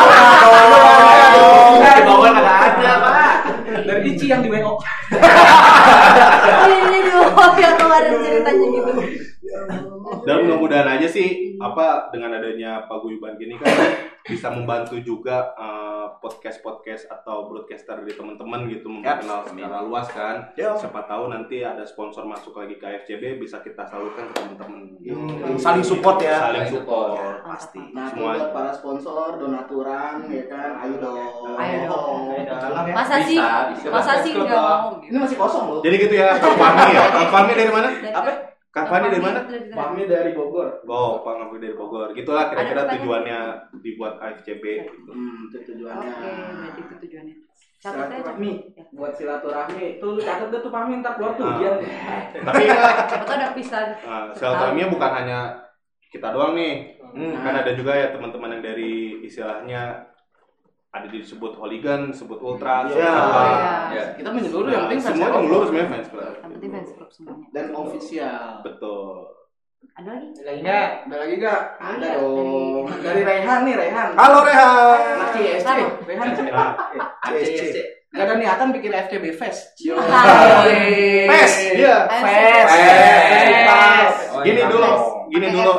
Di bawah enggak ada, Pak. Dari Ici yang di WO. Ini di bawah yang kemarin ceritanya gitu. Dan mudah-mudahan mudah-mudahan aja sih dengan adanya paguyuban gini kan bisa membantu juga podcast atau broadcaster dari teman-teman gitu memperkenal secara luas kan. Siapa tahu nanti ada sponsor masuk lagi ke AFCB bisa kita salurkan ke teman-teman. Saling support ya. Saling support pasti. Nah, Semua buat para sponsor, donaturan, ya kan, ayo dong. Masa sih nggak mau? Ini masih kosong loh. Jadi gitu ya, Kang Fahmi ya. Kang Fahmi dari mana? Kang Fahmi dari mana? Fahmi dari Bogor. Oh, Pak Fahmi dari Bogor. Gitulah kira-kira tujuannya dibuat AFCB gitu. Itu tujuannya. Oke, berarti itu tujuannya. Catat aja. Silaturahmi. Buat silaturahmi. Tuh lu catat deh tuh Fahmi ntar keluar tuh. Tapi Siapa tahu ada pisah. silaturahminya bukan hanya kita doang nih. Kan ada juga ya teman-teman yang dari istilahnya ada disebut hooligan, disebut ultra, Ya. Kita menyeluruh yang penting semua menyeluruh sebenarnya fans club. Yang penting fans club semuanya. Dan official. Betul. Ada lagi? Ada lagi nggak? Ada dong. Dari Rehan nih, Rehan. Halo Rehan. Anak CSC. Rehan. CSC. Gak ada niatan bikin FCB Fest. Pes. Iya. Fest. Gini dulu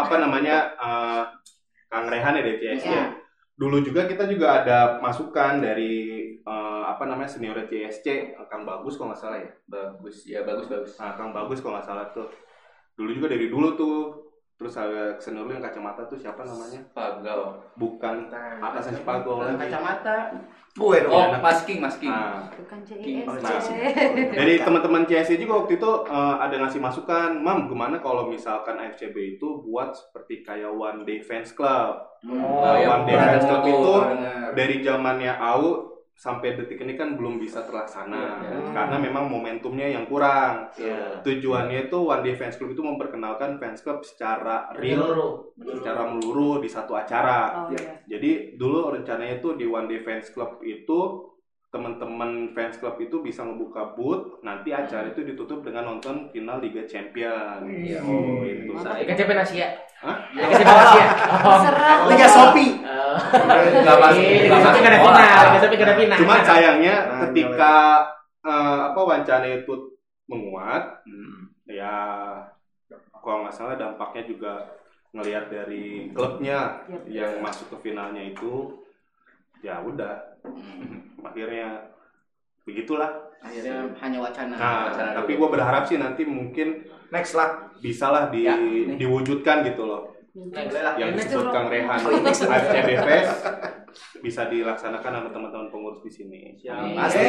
Kang Rehan ya dari CSC. Dulu juga kita juga ada masukan dari senior CSC, Kang Bagus kalau nggak salah ya. Bagus. Nah, Kang Bagus kalau nggak salah tuh. Dulu juga dari dulu tuh. Terus ada senior yang kacamata tuh siapa namanya? Pagau. Bukan atasan Pagau lagi. Kacamata. Gue dong. Masking. Nah, Bukan CIS. dari teman-teman CSC juga waktu itu ada ngasih masukan, Mam, gimana kalau misalkan AFCB itu buat seperti kayak One Day Fans Club. One Day Fans Club itu dari zamannya AU sampai detik ini kan belum bisa terlaksana karena memang momentumnya yang kurang. Tujuannya itu One Day Fans Club itu memperkenalkan fans club secara real, secara menyeluruh di satu acara. Jadi dulu rencananya itu di One Day Fans Club itu teman-teman fans club itu bisa ngebuka booth, nanti acara itu ditutup dengan nonton final Liga Champion. Itu. Liga Champion Asia. Hah? Liga Champion Asia. Liga Shopee. Enggak masuk. Liga Shopee enggak ada final. Cuma sayangnya ketika wawancara itu menguat, ya kalau nggak salah dampaknya juga ngelihat dari klubnya yang masuk ke finalnya itu, ya udah. Akhirnya begitulah. Akhirnya hanya wacana. Tapi gue berharap sih nanti mungkin Next lah. bisa lah diwujudkan gitu loh. Yang disebut Kang Rehan AFCB Fest bisa dilaksanakan sama teman-teman pengurus di sini. Pasti.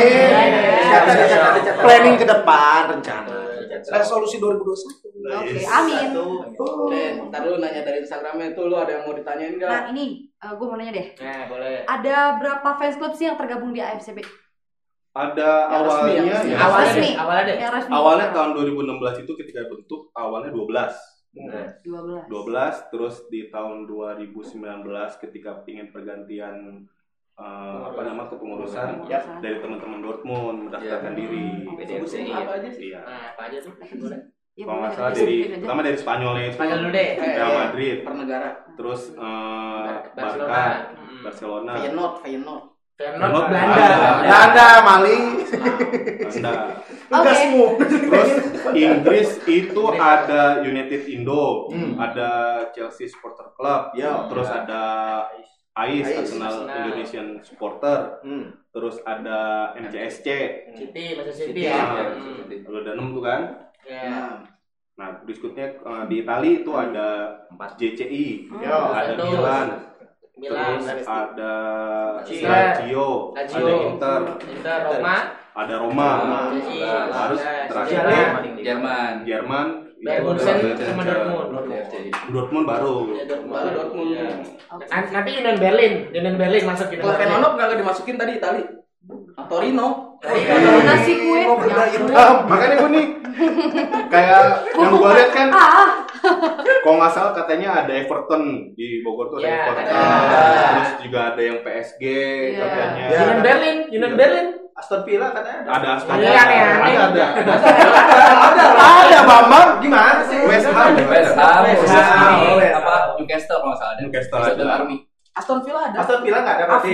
Planning ke depan rencana. Resolusi 2021. Oke, amin. Ntar lu nanya dari Instagramnya itu lu ada yang mau ditanyain nggak? Nah ini, gue mau nanya deh. Boleh. Ada berapa fans club sih yang tergabung di AFCB? Ada awalnya resmi, ya. Awalnya Yang resmi. Awalnya tahun 2016 itu ketika bentuk awalnya 12. 12. Terus di tahun 2019 ketika ingin pergantian kepengurusan dari teman-teman Dortmund mendaftarkan diri. Apa aja sih? Iya. Apa aja tuh? Boleh. Kalau nggak salah pertama dari Spanyolnya itu Spanyol dulu deh. Real Madrid, Per negara. terus Barcelona. Barcelona, Feyenoord. Belanda, Mali. Belanda. Terus Inggris itu ada United Indo, ada Chelsea Supporter Club, terus ada AIS, Arsenal Indonesian Supporter, terus ada MCSC, City ya. Udah 6 tuh kan. Nah berikutnya di Itali itu ada 4 JCI, ada Milan, terus ada Lazio, ada Inter, ada Roma, harus terakhir Jerman, sama Dortmund baru. Nanti Union Berlin masuk gitu. Kalau Feyenoord nggak dimasukin tadi Itali. Torino. Nasi kue. Makanya gue nih kayak yang gue lihat kan, kalau nggak salah katanya ada Everton di Bogor tuh, ada Everton. Terus juga ada yang PSG katanya. Union Berlin. Aston Villa katanya Ada Aston Iya, Villa. ada Bambang gimana sih? West Ham. Newcastle kalau salah ada. Newcastle ada. Aston Villa ada. Aston Villa nggak ada berarti.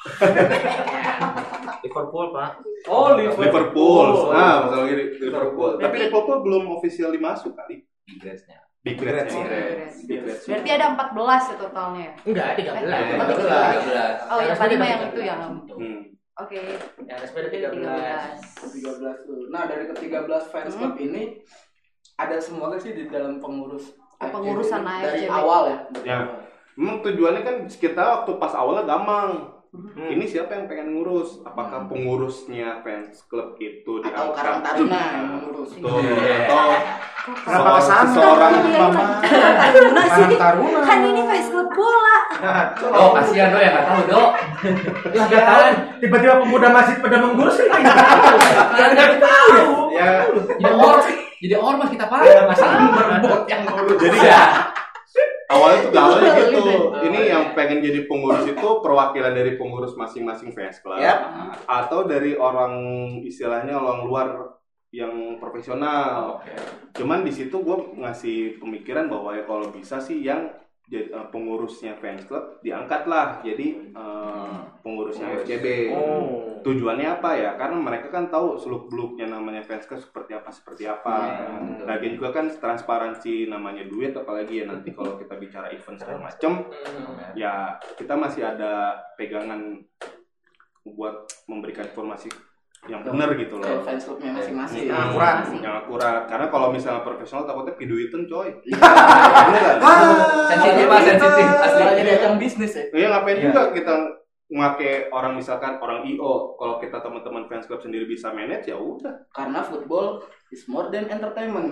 Liverpool, Pak. Oh, Liverpool. Nah, masalah Liverpool. Tapi Liverpool belum officially masuk kali. Inggrisnya. Big Reds. Berarti ada 14 ya totalnya ya? Enggak, 13. 13. Oh, yang tadi mah yang itu ya. Oke. Ya, RSPD 13. 13 tuh. Nah, dari ke-13 fans club ini ada semua kan sih di dalam pengurus Pengurusan dari AFCB. awal ya. Ya. Memang tujuannya kan kita waktu pas awalnya gampang. Ini siapa yang pengen ngurus? Apakah pengurusnya fans club itu Atau diangkat? Karang Taruna yang mengurus. Betul. Atau Kenapa kesana? seorang Taruna sih. Taruna. Kan ini fans klub bola. Oh, kasihan do ya nggak tahu do. Ya enggak tahu. Tiba-tiba pemuda masjid pada mengurus kan enggak tahu. Ya. Jadi ormas kita pak. Masalah berbot yang ngurus. Jadi awalnya tuh gaulnya gitu. Ini yang pengen jadi pengurus itu perwakilan dari pengurus masing-masing fans club atau dari orang istilahnya orang luar yang profesional. Cuman di situ gue ngasih pemikiran bahwa ya kalau bisa sih yang pengurusnya fans club diangkat lah jadi pengurusnya FCB. Tujuannya apa ya? Karena mereka kan tahu seluk-beluknya namanya fans club seperti apa. Lagian juga kan transparansi namanya duit, apalagi ya nanti kalau kita bicara event segala macem, ya kita masih ada pegangan buat memberikan informasi yang benar gitu loh. Fans clubnya masing-masing. Yang akurat. Karena kalau misalnya profesional takutnya piduitan coy. Sensitif pak, sensitif. Asli. Jadi ajang bisnis ya. Iya ngapain juga kita make orang misalkan orang IO, kalau kita teman-teman fans club sendiri bisa manage ya udah. Karena football is more than entertainment.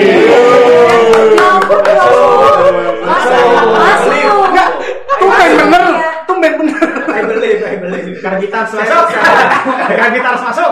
Masuk. Tumben bener. I believe. Karena kita harus masuk. Karena kita harus masuk.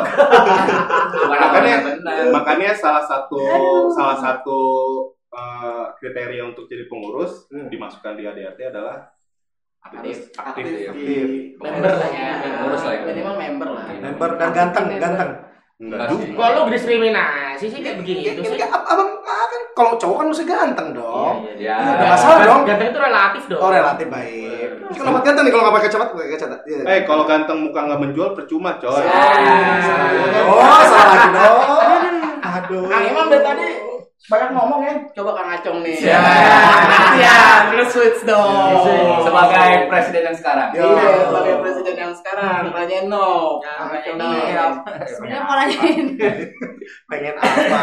Makanya salah satu kriteria untuk jadi pengurus dimasukkan di ADRT adalah aktif. Member lah ya. Ngurus lah ya. Minimal member lah. Member dan ganteng. Enggak juga. Kok lu diskriminasi sih kayak begitu sih? Abang kan kalau cowok kan mesti ganteng dong. Iya. Udah masalah dong. Ganteng itu relatif dong. Oh relatif baik. Kenapa ganteng nih kalau nggak pakai kacamata? Iya. Kalau ganteng muka nggak menjual percuma coy. Oh salah lagi dong. Aduh. Kang Imam dari tadi banyak ngomong ya. Coba Kang Acong nih. Ya, terus switch dong. Sebagai presiden yang sekarang. Iya, sebagai presiden yang sekarang. Tanyain no. Kang Acong nih. Sebenarnya mau nanyain. Pengen apa?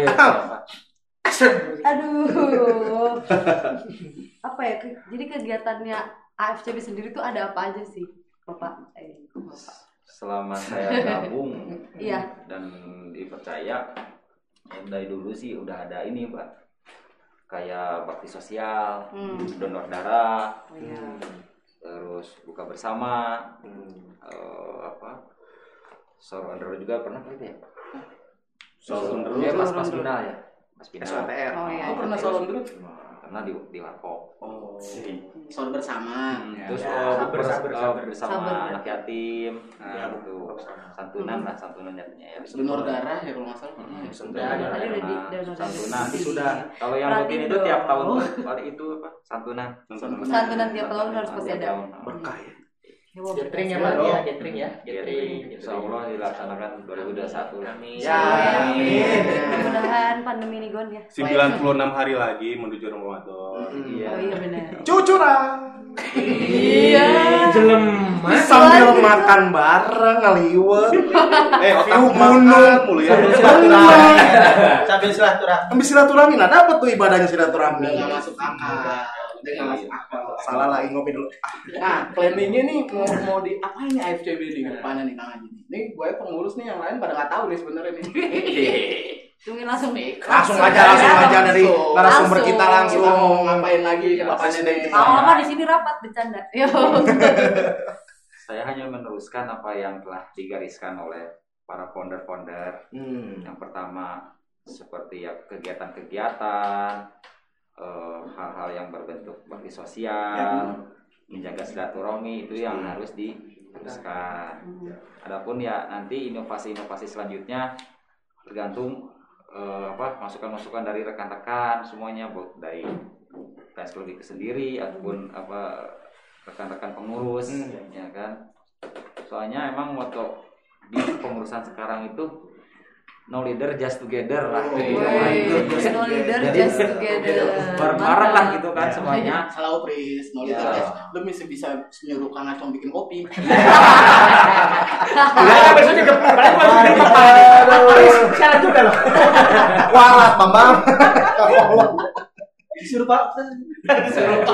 Aduh. Apa ya? Jadi kegiatannya AFCB sendiri tuh ada apa aja sih, Bapak? Selama saya gabung Iya. dan dipercaya, dari dulu sih udah ada ini Pak, kayak bakti sosial, donor darah, terus buka bersama, sahur under juga pernah gitu ya? Sahur under ya pas final ya, pas final. SOTR. Oh iya. Oh pernah sahur under? Karena di warkop. Sahur bersama. Terus bersama anak yatim, itu santunan jadinya ya. Donor darah ya kalau nggak salah. Santunan sudah. Kalau yang rutin itu tiap tahun kali itu apa? Santunan tiap tahun harus pasti ada. Berkah ya. Gathering ya Pak, ya gathering ya. Insya Allah dilaksanakan 2021. Amin. Mudah-mudahan pandemi ini gone ya. 96 hari lagi menuju Ramadan. Oh iya benar. Cucuran. Iya. Jelem. Sambil makan bareng ngaliwet. Otak gunung mulu ya. Sambil silaturahmi. Ambil silaturahmi. Nah dapat tuh ibadahnya silaturahmi. Nggak masuk akal. Salah lagi ngopi dulu. Nah, planningnya nih mau diapain nih AFCB nih ke depannya nih Kang Haji nih. Nih gue pengurus nih yang lain pada nggak tahu nih sebenarnya nih. Mungkin langsung aja dari narasumber kita langsung. Kita mau ngapain lagi ke depannya nih. lama di sini rapat bercanda. Yo. Saya hanya meneruskan apa yang telah digariskan oleh para founder-founder. Yang pertama seperti ya kegiatan-kegiatan, hal-hal yang berbentuk bakti sosial, menjaga silaturahmi itu yang harus diteruskan. Adapun ya nanti inovasi-inovasi selanjutnya tergantung masukan-masukan dari rekan-rekan semuanya, dari fans club itu sendiri ataupun rekan-rekan pengurus, ya kan. Soalnya emang moto di pengurusan sekarang itu no leader just together lah. No leader Jadi, just together. bareng-bareng lah gitu kan semuanya. Salah Pris, no leader. Lu bisa nyuruh Kang Acong bikin kopi. Besok juga paling syarat juga loh. Walat Bambang. Disuruh Pak. Sebelum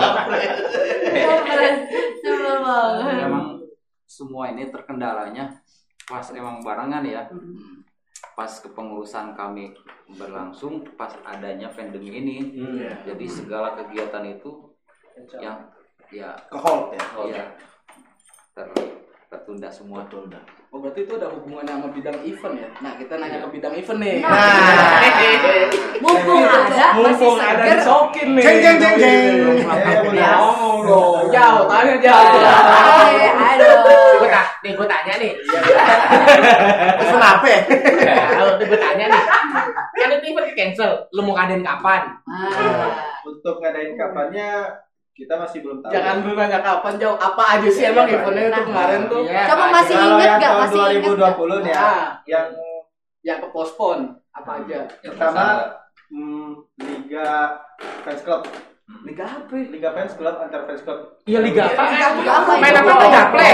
banget. Memang semua ini terkendalanya pas emang barengan ya. Pas kepengurusan kami berlangsung pas adanya pandemi ini. Jadi segala kegiatan itu yang ya ke-hold ya. ya tertunda semua. Oh berarti itu ada hubungannya sama bidang event ya? Nah kita nanya ke bidang event nih. Mumpung ada, masih seger. Disokin nih. Jeng. Ngomong dong. Jauh, tanya jauh. Aduh. Gue tanya nih. Event apa ya? Kalau gue tanya nih. Kan itu event cancel. Lu mau ngadain kapan? Untuk ngadain kapannya kita masih belum tahu. Jangan dulu nanya kapan, jauh. Apa aja sih emang eventnya itu kemarin tuh? Coba masih Kalau inget yang gak? tahun Masih inget 2020 nih ya, yang Yang ke postpone apa aja? pertama Liga Fans Club. Liga apa? Liga Fans Club antar fans club. Iya Liga apa? Liga apa? Main apa Liga Play?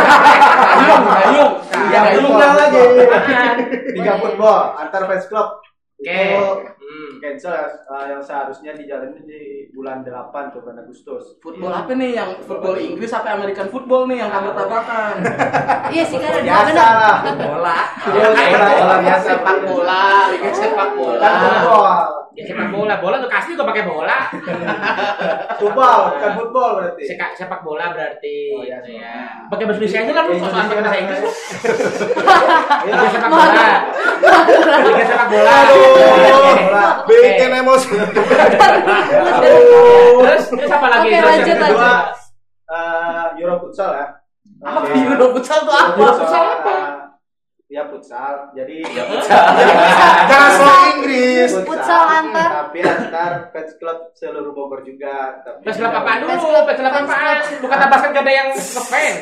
Gayung lagi. Liga football antar fans club. Itu cancel yang seharusnya dijalani di bulan 8 atau bulan Agustus. Football apa nih? Yang football Inggris apa American football nih yang tabrak-tabrakan? Iya sih kan ada Biasa benar. lah. Bola. Bola biasa. Sepak bola, liga sepak bola. Kan football. Ya sepak bola. Bola tuh kasih juga pakai bola. Football, bukan football berarti. Sepak bola berarti. Oh, iya. Pakai bahasa Indonesia aja kan lu soal pakai bahasa Inggris. Iya. Liga sepak bola. Liga sepak bola. Bikin emosi. Terus apa lagi? Oke, lanjut, Kedua Euro futsal ya. Apa Euro futsal tuh apa? Futsal apa? Ya futsal. Jadi Jangan soal Inggris. Futsal antar. Tapi antar fans club seluruh Bogor juga. Tapi Fans club apaan Fans dulu? club. Fans club apaan? Lu kata basket gak ada yang ngefans.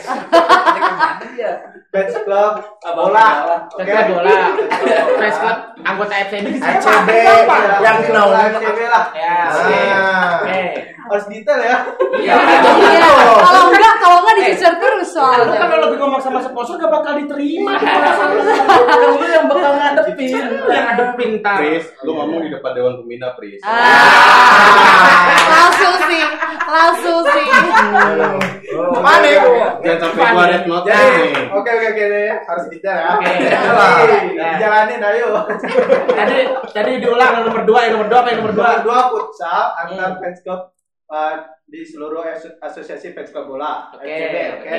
fans club bola. Fans club bola. Fans club anggota FCB. FCB yang dinaungi FCB lah. Ya. Oke. Harus detail ya. Iya. Iya. Kalau enggak dicecer terus Lu soalnya. kan kalau lebih ngomong sama sponsor gak bakal diterima. Lu yang bakal ngadepin. Lu yang ngadepin tar. Pris, lu ngomong di depan Dewan Pembina, Pris. Langsung sih. Mana itu? Jangan sampai gua red note nih. Oke deh. Harus detail ya. Oke. Jalanin ayo. Tadi diulang nomor 2 yang nomor 2 apa yang nomor 2? Dua futsal antar fans club di seluruh asosiasi fans club bola. Oke. FCB,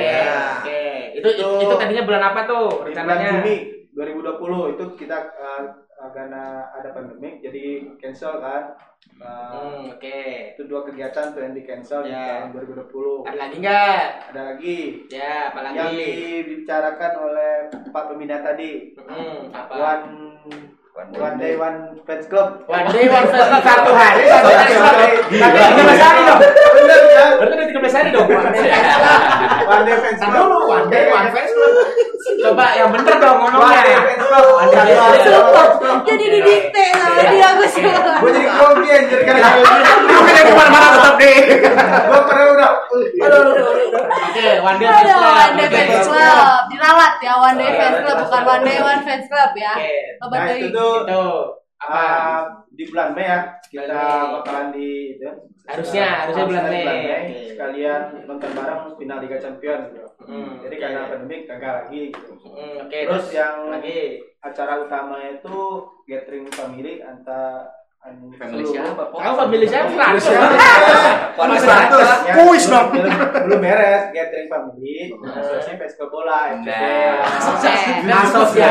Itu tadinya bulan apa tuh Di bulan rencananya? Juni 2020 itu kita karena ada pandemi jadi cancel kan. Oke. Itu dua kegiatan tuh yang di cancel di Ya. tahun 2020. Ada lagi enggak? Ada lagi Ya, apa yang lagi? dibicarakan oleh Pak Pembina tadi. Apa? One day one fans club. One day one fans club 1 hari. Tapi 13 hari dong. Bener kan? Berarti udah 13 hari dong. One day fans club. Dulu one day one fans club. Coba yang bener dong One day ngomongnya. fans club. Jadi didikte sama dia aku sih. Gue jadi grogi anjir karena Mungkin yang kemana-mana tetap deh. gue pernah udah. Oke, one day fans club. One day fans club. Diralat ya one day fans club bukan one day one fans club ya. Sobat Nah Doi. itu tuh Itu apa? di bulan Mei ya kita Bulan Mei. bakalan di itu. Harusnya bulan Mei. Sekalian nonton bareng final Liga Champions gitu. Jadi oke. karena pandemi gagal lagi gitu. Oke, Terus yang lagi acara utamanya itu gathering family antara Family siapa? tahu family siapa? Kuis dong. Belum beres gathering family asosiasi fans klub bola FCB. Asosiasi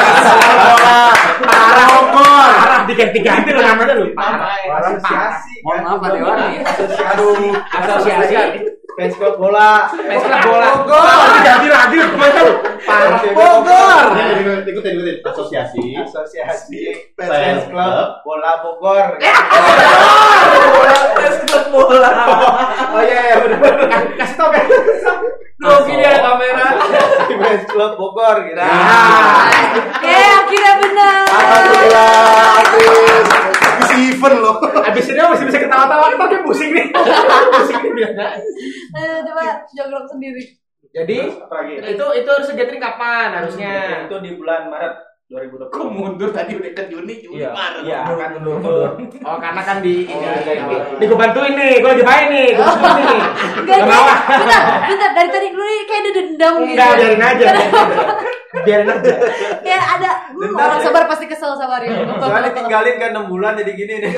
parah diganti-ganti lo namanya lu Asosiasi Mohon maaf Pak Dewan. asosiasi fans klub bola. fans club bola diganti lagi kemana lu Parah Bogor. Ikutin. Asosiasi Fans Club Bola Bogor. bola. Oh iya, benar. Kasih tau kan. Grogi dia ada kamera. Fans Club Bogor gitu. Akhirnya benar. Alhamdulillah. Habis event loh. Abis ini masih bisa ketawa-tawa, kita kayak pusing nih. Pusing nih biasa. Coba jogrok sendiri. Jadi itu harus gathering kapan harusnya? Itu di bulan Maret 2020. Kok mundur tadi udah ke Juni Maret. Iya, kan mundur. Oh, karena kan di ini gue bantuin nih, gue lagi main nih, gue bantuin nih. Bentar, dari tadi gue kayak ada dendam gitu. Enggak, biarin aja. Kayak ada orang sabar pasti kesel sama Rio. Soalnya ditinggalin kan 6 bulan jadi gini nih.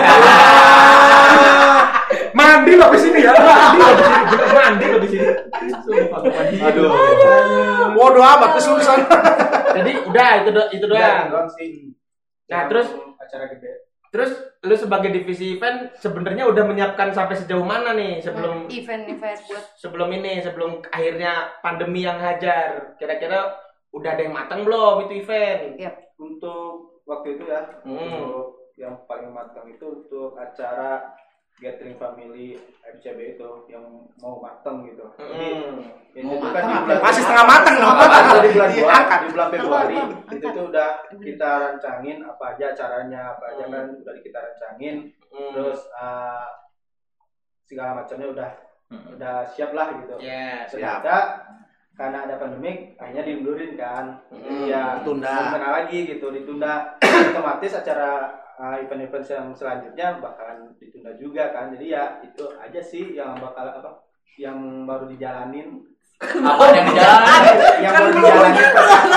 Mandi lo di sini ya. Mandi lo di sini. Aduh. Bodoh amat kesulitan. Jadi udah itu doang. Nah, terus acara gede. Terus lu sebagai divisi event sebenarnya udah menyiapkan sampai sejauh mana nih sebelum event buat sebelum akhirnya pandemi yang hajar. Kira-kira udah ada yang matang belum itu event? Yep. Untuk waktu itu ya, untuk yang paling matang itu untuk acara gathering family FCB itu yang mau matang gitu. Jadi itu kan di bulan masih setengah matang dong. Di bulan Februari itu tuh udah kita rancangin apa aja acaranya, apa aja kan udah kita rancangin. Terus segala macamnya udah siap lah gitu. Ternyata karena ada pandemik akhirnya diundurin kan. Ya ditunda lagi gitu, ditunda. Otomatis acara event-event yang selanjutnya bakalan ditunda juga kan. Jadi ya itu aja sih yang bakal yang baru dijalanin. Apa yang dijalanin? Yang baru dijalanin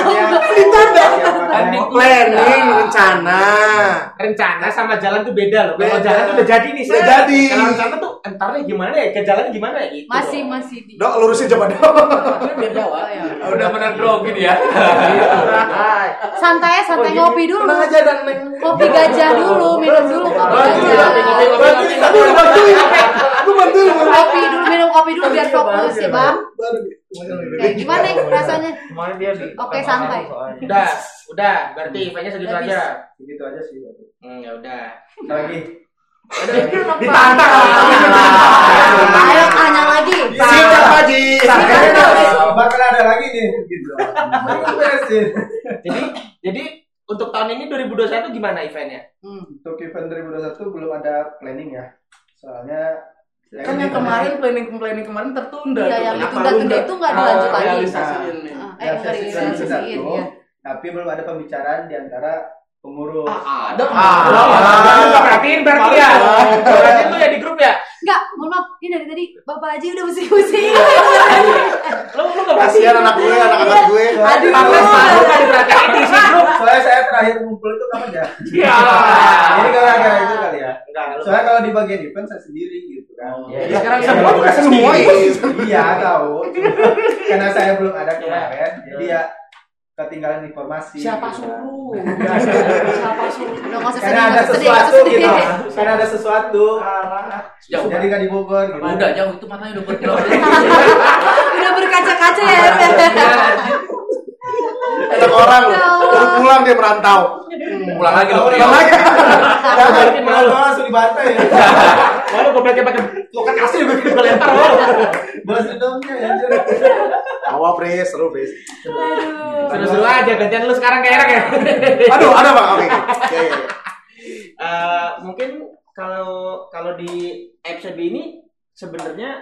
planning rencana sama jalan tuh beda loh. Kalau jalan tuh udah jadi nih. Udah jadi. Kalau rencana tuh entarnya gimana ya? Ke jalan gimana ya gitu. Masih di. Dok, lurusin coba dok. Biar jawab. Udah benar grogi dia. Santai ngopi dulu. Tenang aja dan Kopi gajah dulu, minum dulu kopi gajah. Minum kopi dulu biar fokus ya, Bang. Kayak gimana nih rasanya? Oke, santai. Udah, berarti eventnya segitu aja. Segitu aja sih. Ya udah. Lagi. Ditantang. Ayo tanya lagi. Sikat Haji. Bakal ada lagi nih gitu. Jadi untuk tahun ini 2021 gimana eventnya? Untuk event 2021 belum ada planning ya. Soalnya Kan yang kemarin planning kemarin tertunda. Iya, yang ditunda-tunda itu nggak dilanjut lagi. Realisasiin. Tapi belum ada pembicaraan di antara pengurus. Ada. Nggak perhatiin berarti ya. Berarti itu ya di grup ya? Enggak, mohon maaf. Ini dari tadi Bapak Haji udah pusing-pusing. Lu nggak kasihan anak gue. Aduh. Nggak diperhatiin di sih grup. Soalnya saya terakhir ngumpul itu kapan ya? Iya. Jadi gara-gara itu kali ya. Enggak. Soalnya kalau di bagian event saya sendiri gitu kan. Jadi sekarang semua Iya tahu. Karena saya belum ada kemarin, jadi ya ketinggalan informasi. Siapa gitu. suruh? Karena ada sesuatu gitu. Karena ada sesuatu. Jauh. Jadi nggak di Bogor gitu. Udah jauh itu matanya udah berkilau. Udah berkaca-kaca ya. Enak orang baru pulang dia merantau. Pulang lagi loh. Malu langsung dibantai ya. Malu gue pakai loket asli gue lempar lo. Balas dendamnya ya. Awal Pris, seru Pris. Seru-seru aja gantian lu sekarang kayak enak ya. Aduh, ada Bang. Oke. Mungkin kalau di FCB ini sebenarnya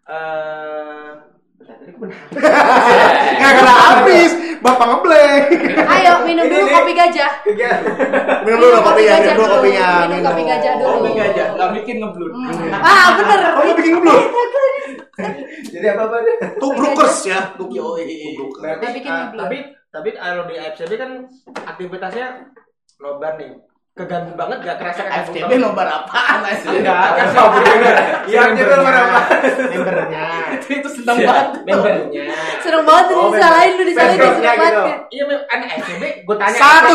nggak kena habis, Bapak ngeblank. Ayo minum dulu kopi gajah. Minum dulu kopinya. Minum kopi gajah dulu. Kopi gajah, nggak bikin ngeblut. Bener. Oh, bikin ngeblank. Jadi apa nih? Tubrukers ya. Tapi kalau di FCB kan aktivitasnya nobar nih. Keganggu banget gak kerasa FCB nobar apaan asli? Enggak, kan Iya, kita nobar apa? Membernya. Itu seneng banget. Membernya. Serem banget tuh disalahin disalahin. Iya, anak FCB gue tanya. Satu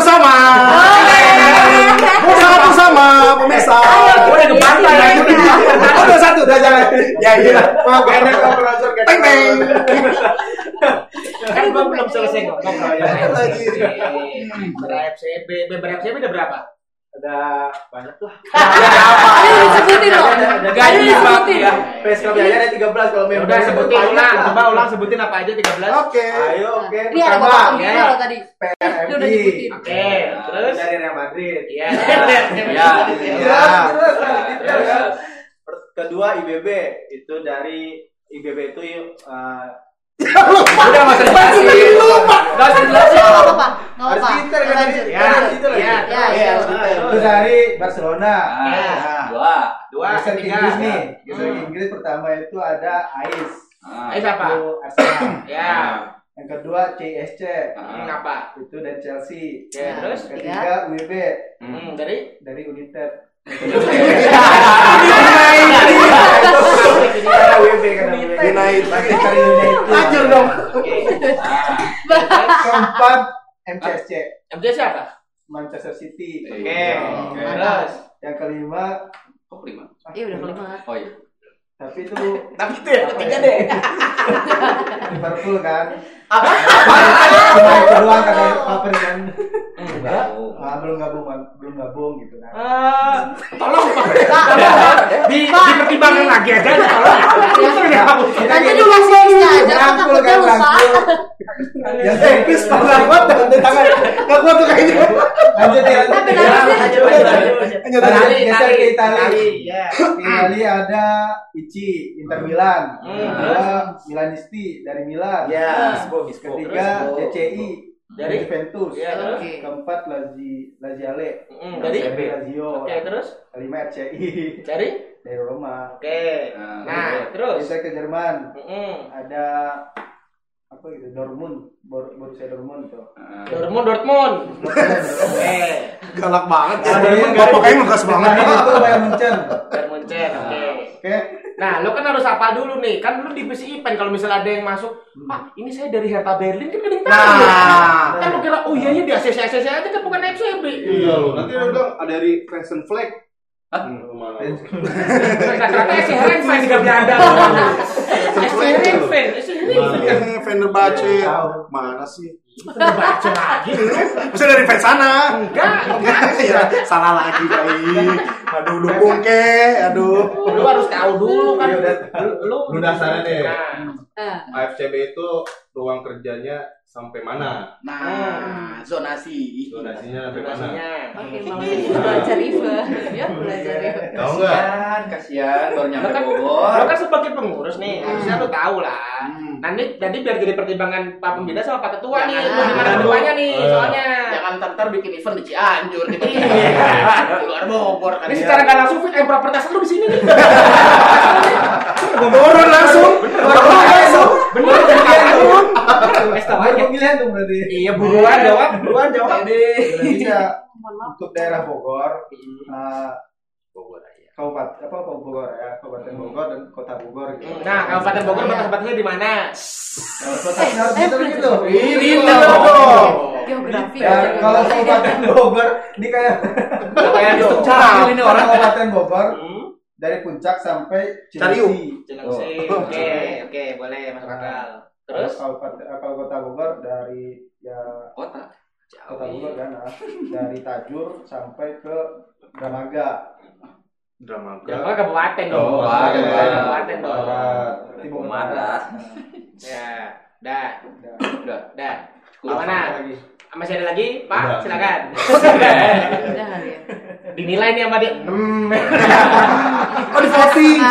sama pemirsa. Gue udah ke pantai ya. Udah satu, udah jalan. Ya iya. Maaf, enak kalau penonton kayak Teng. Kan gua belum selesai ngomong. Lagi. FCB udah berapa? Ada banyak lah. Ayo disebutin dong. Gaji Ayo Pak disebutin. ya. PSK Jaya ada 13 kalau member. Udah sebutin ulang, coba ulang sebutin apa aja 13. Oke. Ayo, oke. Ini ada bapak pembina loh tadi. PRMD. Dia udah nyebutin. Oke, terus Dari Real Madrid. iya. Terus kedua IBB itu dari IBB itu Udah masa Masih belum lupa. Enggak usah dijelasin. Enggak apa-apa. harus pinter kan Lanjut. tadi. Ya, Itu lagi. ya, ya. Itu dari Barcelona. Dua. Geser ke tiga. Inggris nih. Geser ke Inggris pertama itu ada AIS. Ayo siapa? Itu Arsenal. Ya. Yang kedua CSC. Apa? Itu dari Chelsea. Oke, terus Ketiga UEB dari United. Lanjut dong. Keempat MCSC. MJ siapa? Manchester City. Oke. Terus Yang kelima Kok prima? Iya udah kelima. Oh iya. tapi itu itu ya ketiga deh. Liverpool kan. Cuma itu doang kata Paper kan. Belum gabung gitu kan. Tolong Pak. Dipertimbangkan lagi aja tolong. Nanti dulu sih aja takutnya lupa. Yang tipis banget tangan. Enggak kuat tuh kayaknya. Lanjut ya. Geser ke Italia. Italia ada Ici, Inter Milan. Kedua Milanisti dari Milan. Ketiga DCI dari Juventus. Keempat Laziale Dari Lazio. Oke, terus Kelima RCI dari Roma. Oke. Nah, terus Kita ke Jerman. Ada apa gitu? Borussia Dortmund tuh. Dortmund. Oke. Galak banget. Dortmund Bapak kayaknya ngegas banget. Itu Bayern Munchen. Oke. Oke. Nah, lo kan harus apa dulu nih? Kan lu divisi IPEN kalau misalnya ada yang masuk, Pak, ini saya dari Hertha Berlin kan kadang tahu. Kan lu kira, oh iya di ACC aja kan bukan FCB. Iya loh. Nanti dia bilang ada dari Crescent Flag. Kata-kata SC Heerenveen juga berada. SC Heerenveen. Fenerbahce. Mana sih? Baca lagi dulu. Masa dari fans sana? Enggak. Ya, salah lagi kali. Aduh, dukung ke. Aduh. Lu harus tahu dulu kan. Lu dasarnya deh. Nah, AFCB itu ruang kerjanya sampai mana? Nah, zonasi. Donasinya sampai mana? oke malam ini belajar Iva. Ya belajar Iva. Tahu nggak? Kasihan baru nyampe Lo Bogor. kan sebagai pengurus nih, harusnya lo tahu lah. Nanti biar jadi pertimbangan Pak Pembina sama Pak Ketua nih, Jangan. lo gimana ketuanya nih, soalnya. Jangan ntar bikin event di Cianjur gitu. Di luar Bogor kan. Ini secara nggak langsung fit propertas lu di sini nih. Turun langsung. Bener. Pemilihan tuh berarti. Iya buruan jawab. Bisa untuk daerah Bogor, Kabupaten Bogor dan Kota Bogor gitu. Nah, Kabupaten Bogor batas-batasnya di mana? Kotanya harus gitu gitu. Ini Geografi. Kalau Kabupaten Bogor ini kayak ini orang Kabupaten Bogor dari puncak sampai Cariu. Cilengsi. Oke, boleh masuk akal. Terus Kalau Kota Bogor dari Kota. Kota Bogor kan, dari Tajur sampai ke Dramaga. Jangan kabupaten dong. Kabupaten dong. Timur Barat. Ya, dah. Udah. Di mana? Masih ada lagi, Pak? Udah. Silakan. Udah kali ya. Dinilai nih sama dia. Oh, di voting.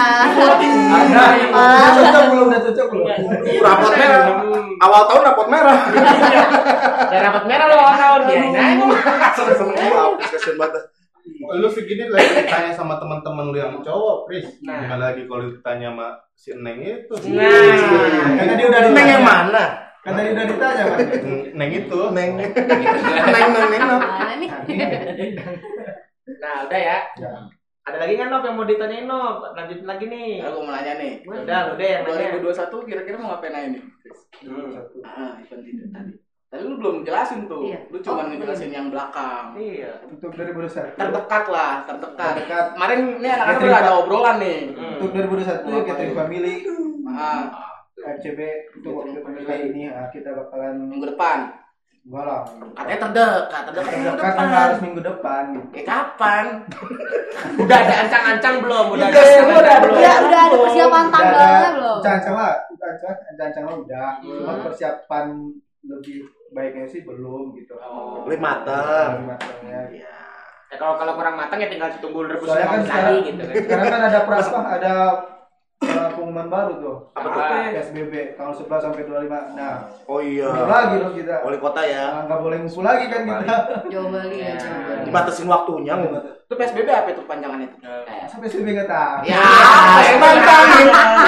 Udah cocok belum? Rapot merah. Awal tahun rapot merah. Dan rapat merah lo tahun dia. Seneng-seneng hapus kasihan banget. Lu segini lagi tanya sama teman-teman lu yang cowok, Pris. Nah. Gimana lagi kalau ditanya sama si Neng itu? Kan tadi udah Neng yang mana? Kan tadi udah ditanya kan. Neng itu. Neng. Mana nih? Nah, udah ya. Ada lagi nggak Nop yang mau ditanyain Nop? Lanjutin lagi nih. Aku mau nanya nih. Udah, yang nanya. 2021 kira-kira mau ngapain aja nih? Event itu tadi. Tadi lu belum jelasin tuh. Iya. Lu cuma ngejelasin yang belakang. Iya. Untuk 2021. Terdekat. Terdekat. Kemarin nih anak-anak udah ada obrolan nih. Untuk 2021 ya catering family. FCB itu waktu pemilihan ini kita bakalan Minggu depan. enggak lah. Katanya terdekat minggu Kan depan. harus minggu depan. Kapan? Udah ada ancang-ancang belum? Udah Udah, ada belum. Udah ada persiapan tanggalnya belum? Ancang-ancang udah. Cuma persiapan lebih baiknya sih belum gitu. Belum matang. Belum matangnya. kalau kurang matang ya tinggal tunggu rebus Soalnya kan lagi gitu kan. sekarang kan ada pengumuman baru tuh. Apa tuh? PSBB tanggal 11 sampai 25. Nah, Oh iya. belum lagi loh kita. Wali kota ya. Nggak boleh ngumpul lagi kan kita. Jauh balik ya. Dibatasin waktunya. Itu PSBB apa itu panjangannya itu? Sampai PSBB nggak tahu. Ya, Nantangin.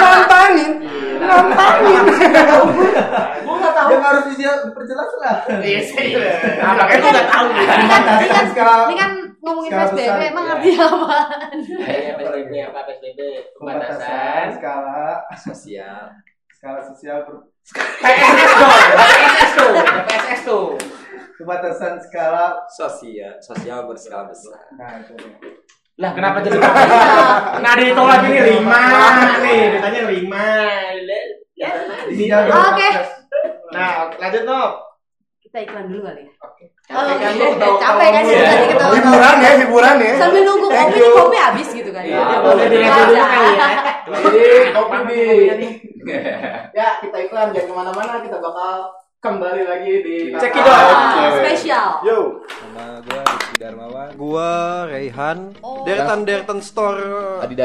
Gua nggak tahu. Yang harus diperjelas lah. iya sih. Nah, makanya gua nggak tahu. Ini kan ngomongin skala PSBB besar. emang artinya apa? Iya, PSBB apa PSBB? Pembatasan skala sosial PSS tuh. pembatasan skala. Sosial berskala besar. Nah, itu dia. Lah kenapa jadi nah ditolak ini 5 nih, ditanya 5. Ya. Oke. Nah, lanjut Nob. Kita iklan dulu kali ya. Capek kan lu Capek kan sih tadi kita Hiburan ya. sambil nunggu kopi habis gitu kan. Iya, boleh direview dulu kali ya. Kopi di. Ya, kita iklan jangan kemana-mana, kita bakal kembali lagi di Cekidot. Spesial. Yo. Nama gue Rizky Darmawan. Gua Raihan, Oh. Dertan Store Adidas.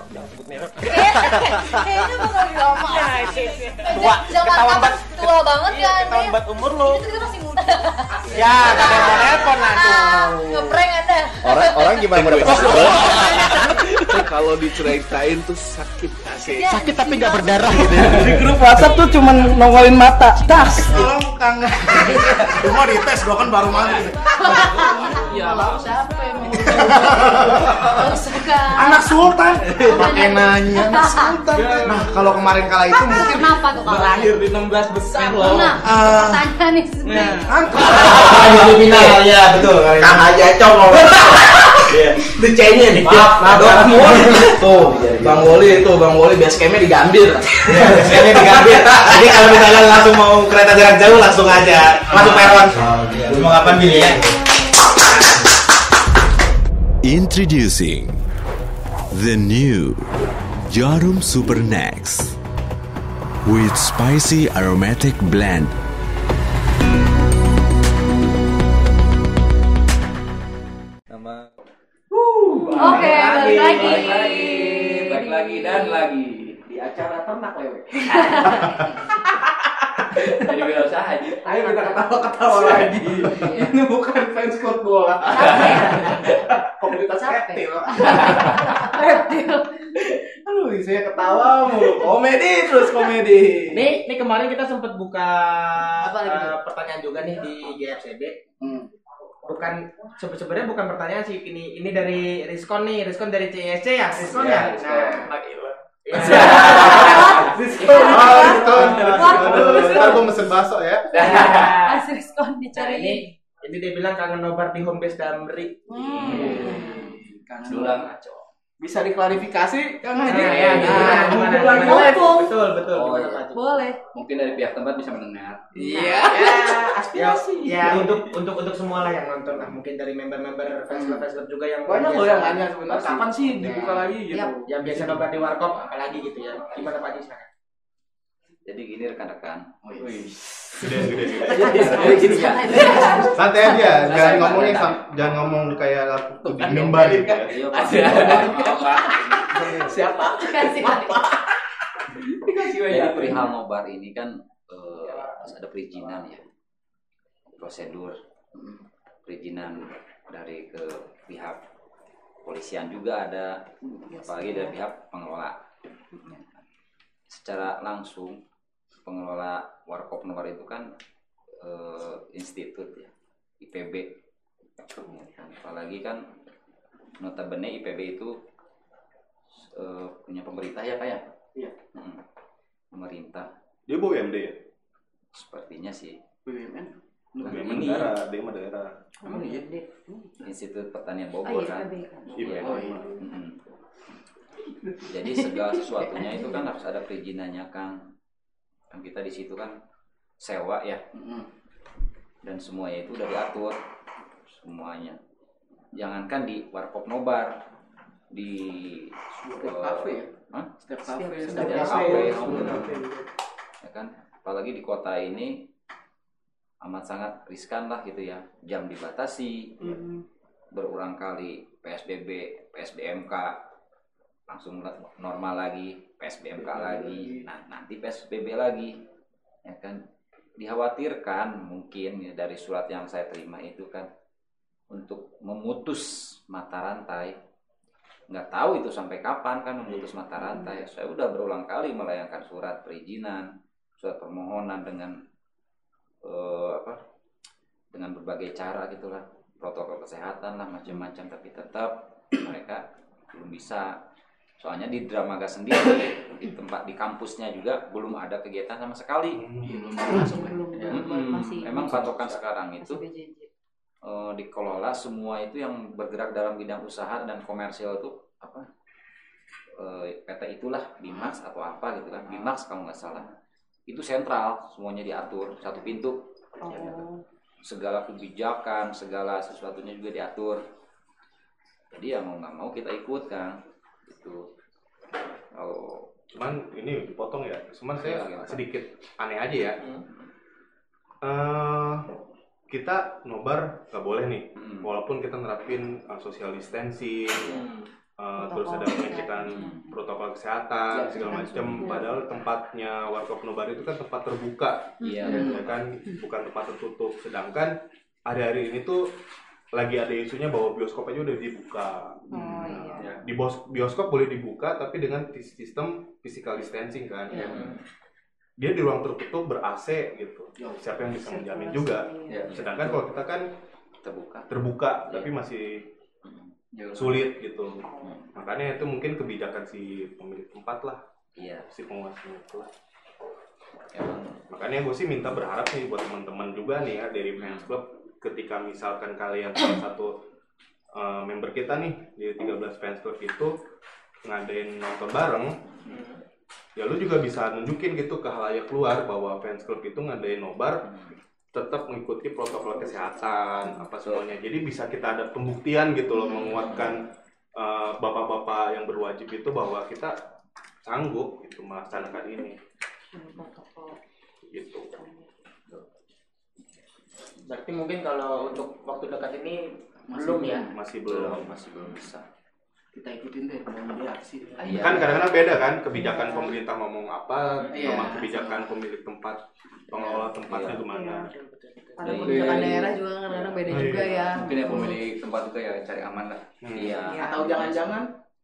Kayaknya bakal lama. Tua. Zaman Ketahuan kapan tua banget kan? Ketahuan banget umur lo. Itu kita masih muda. Ya, gak ada yang mau telepon lah tuh. Ngeprank Anda. Orang gimana mau dapat sebuah? kalau diceritain tuh sakit asik. Sakit tapi gak berdarah gitu. Di grup WhatsApp tuh cuman nongolin mata. Das. Tolong Kang. Cuma dites gua kan baru mandi. Ya, siapa yang mau? Anak sultan. Pakai nanya anak sultan. Nah, kalau kemarin kala itu mungkin Kenapa tuh kalau Lahir di 16 besar loh. Nah, pertanyaan nih sebenarnya. Jadi final ya betul. Kang aja cong ngomong. Itu C-nya nih. Maaf. Tuh, Bang Woli base campnya di Gambir. Biasanya di Gambir. Jadi kalau misalnya langsung mau kereta jarak jauh langsung aja masuk peron. Mau kapan pilih ya? Introducing the new Jarum Super Next with spicy aromatic blend. Nama Oke, balik Lagi dan lagi Di acara ternak lewe. jadi wirausaha aja. Ayo kita ketawa-ketawa lagi. Ini bukan fans klub bola. Komunitas reptil. Aduh, saya ketawa mulu. Komedi. Nih kemarin kita sempat buka Apa lagi tuh? pertanyaan juga nih di GFCB. Bukan sebenarnya bukan pertanyaan sih, ini dari Rizkon dari CSC ya, Rizkon ya. Ntar gua mesen bakso ya. Asli diskon Nah, dicari. ini dia bilang kangen nobar di home base Damri. Dulang ngaco. Bisa diklarifikasi Kang Nah, Haji. ya, gimana? Mumpung. Betul. Oh, Gimana, iya. Pak Haji? Boleh. Mungkin dari pihak tempat bisa mendengar. Iya. Aspirasi. Ya untuk semua lah yang nonton lah, mungkin dari member-member fans club juga yang Banyak loh biasa- yang nanya sebenarnya kapan sih dibuka lagi gitu. yang biasa nobar di warkop apalagi gitu ya. Gimana Pak Haji sekarang? Jadi gini rekan-rekan. Santai aja, jangan ngomong kayak lagu di mimbar gitu. Iya, Pak. Siapa? Kasih. Jadi perihal nobar ini kan harus ada perizinan ya, prosedur perizinan dari ke pihak polisian juga ada, apalagi dari pihak pengelola. Secara langsung pengelola warkop nobar itu kan institut ya, IPB. Apalagi kan notabene IPB itu punya pemerintah ya Pak ya? Iya. Pemerintah. Dia BUMD ya? Sepertinya sih. BUMN. BUMN Ini daerah, dia mah daerah. Emang iya? Institut Pertanian Oh Bogor iya, kan. IPB. Iya. Jadi segala sesuatunya itu kan harus ada perizinannya Kang. Kan kita di situ kan sewa ya. Dan semuanya itu udah diatur semuanya. Jangankan di warkop nobar, di kafe ya? Setiap kafe. Ya kan, apalagi di kota ini amat sangat riskan lah gitu ya. Jam dibatasi, berulang kali PSBB, PSBMK, langsung normal lagi, PSBMK lagi, nah nanti PSBB lagi, ya kan. Dikhawatirkan mungkin ya, dari surat yang saya terima itu kan untuk memutus mata rantai. Nggak tahu itu sampai kapan kan memutus mata rantai. Saya udah berulang kali melayangkan surat perizinan, surat permohonan dengan dengan berbagai cara gitulah, protokol kesehatan lah macam-macam, tapi tetap mereka belum bisa. Soalnya di Dramaga sendiri di tempat di kampusnya juga belum ada kegiatan sama sekali. Memang patokan sekarang itu dikelola semua itu yang bergerak dalam bidang usaha dan komersial itu apa? PT itulah Bimax atau apa gitu kan, Bimax kalau nggak salah. Itu sentral, semuanya diatur satu pintu. Segala kebijakan, segala sesuatunya juga diatur. Jadi ya mau nggak mau kita ikut kan. Itu cuman ini dipotong ya, cuman saya sedikit aneh aja ya. Kita nobar nggak boleh nih, walaupun kita nerapin social distancing, terus ada pengecekan protokol kesehatan segala macam. Padahal tempatnya warkop nobar itu kan tempat terbuka, ya kan, bukan tempat tertutup. Sedangkan hari-hari ini tuh lagi ada isunya bahwa bioskop aja udah dibuka. Di bioskop boleh dibuka tapi dengan sistem physical distancing kan. Dia di ruang tertutup ber-AC gitu. Siapa yang bisa menjamin juga. Sedangkan kalau kita kan terbuka tapi masih sulit gitu. Makanya itu mungkin kebijakan si pemilik tempat lah. Si penguasanya itu lah. Makanya gue sih minta berharap nih buat teman-teman juga nih ya dari fans club, ketika misalkan kalian salah satu member kita nih di 13 fans club itu ngadain nonton bareng, ya lu juga bisa nunjukin gitu ke halayak luar bahwa fans club itu ngadain nobar tetap mengikuti protokol kesehatan apa semuanya. Jadi bisa kita ada pembuktian gitu loh, menguatkan bapak-bapak yang berwajib itu bahwa kita sanggup gitu melaksanakan ini. Gitu. Berarti mungkin kalau untuk waktu dekat ini belum ya? Masih belum bisa. Kita ikutin deh mau dia aksi. Kan kadang-kadang beda kan kebijakan pemerintah ngomong apa sama kebijakan pemilik tempat, pengelola tempatnya gimana. Ada kebijakan daerah juga kadang-kadang beda juga ya. Mungkin ya pemilik tempat itu ya cari aman lah. Atau jangan-jangan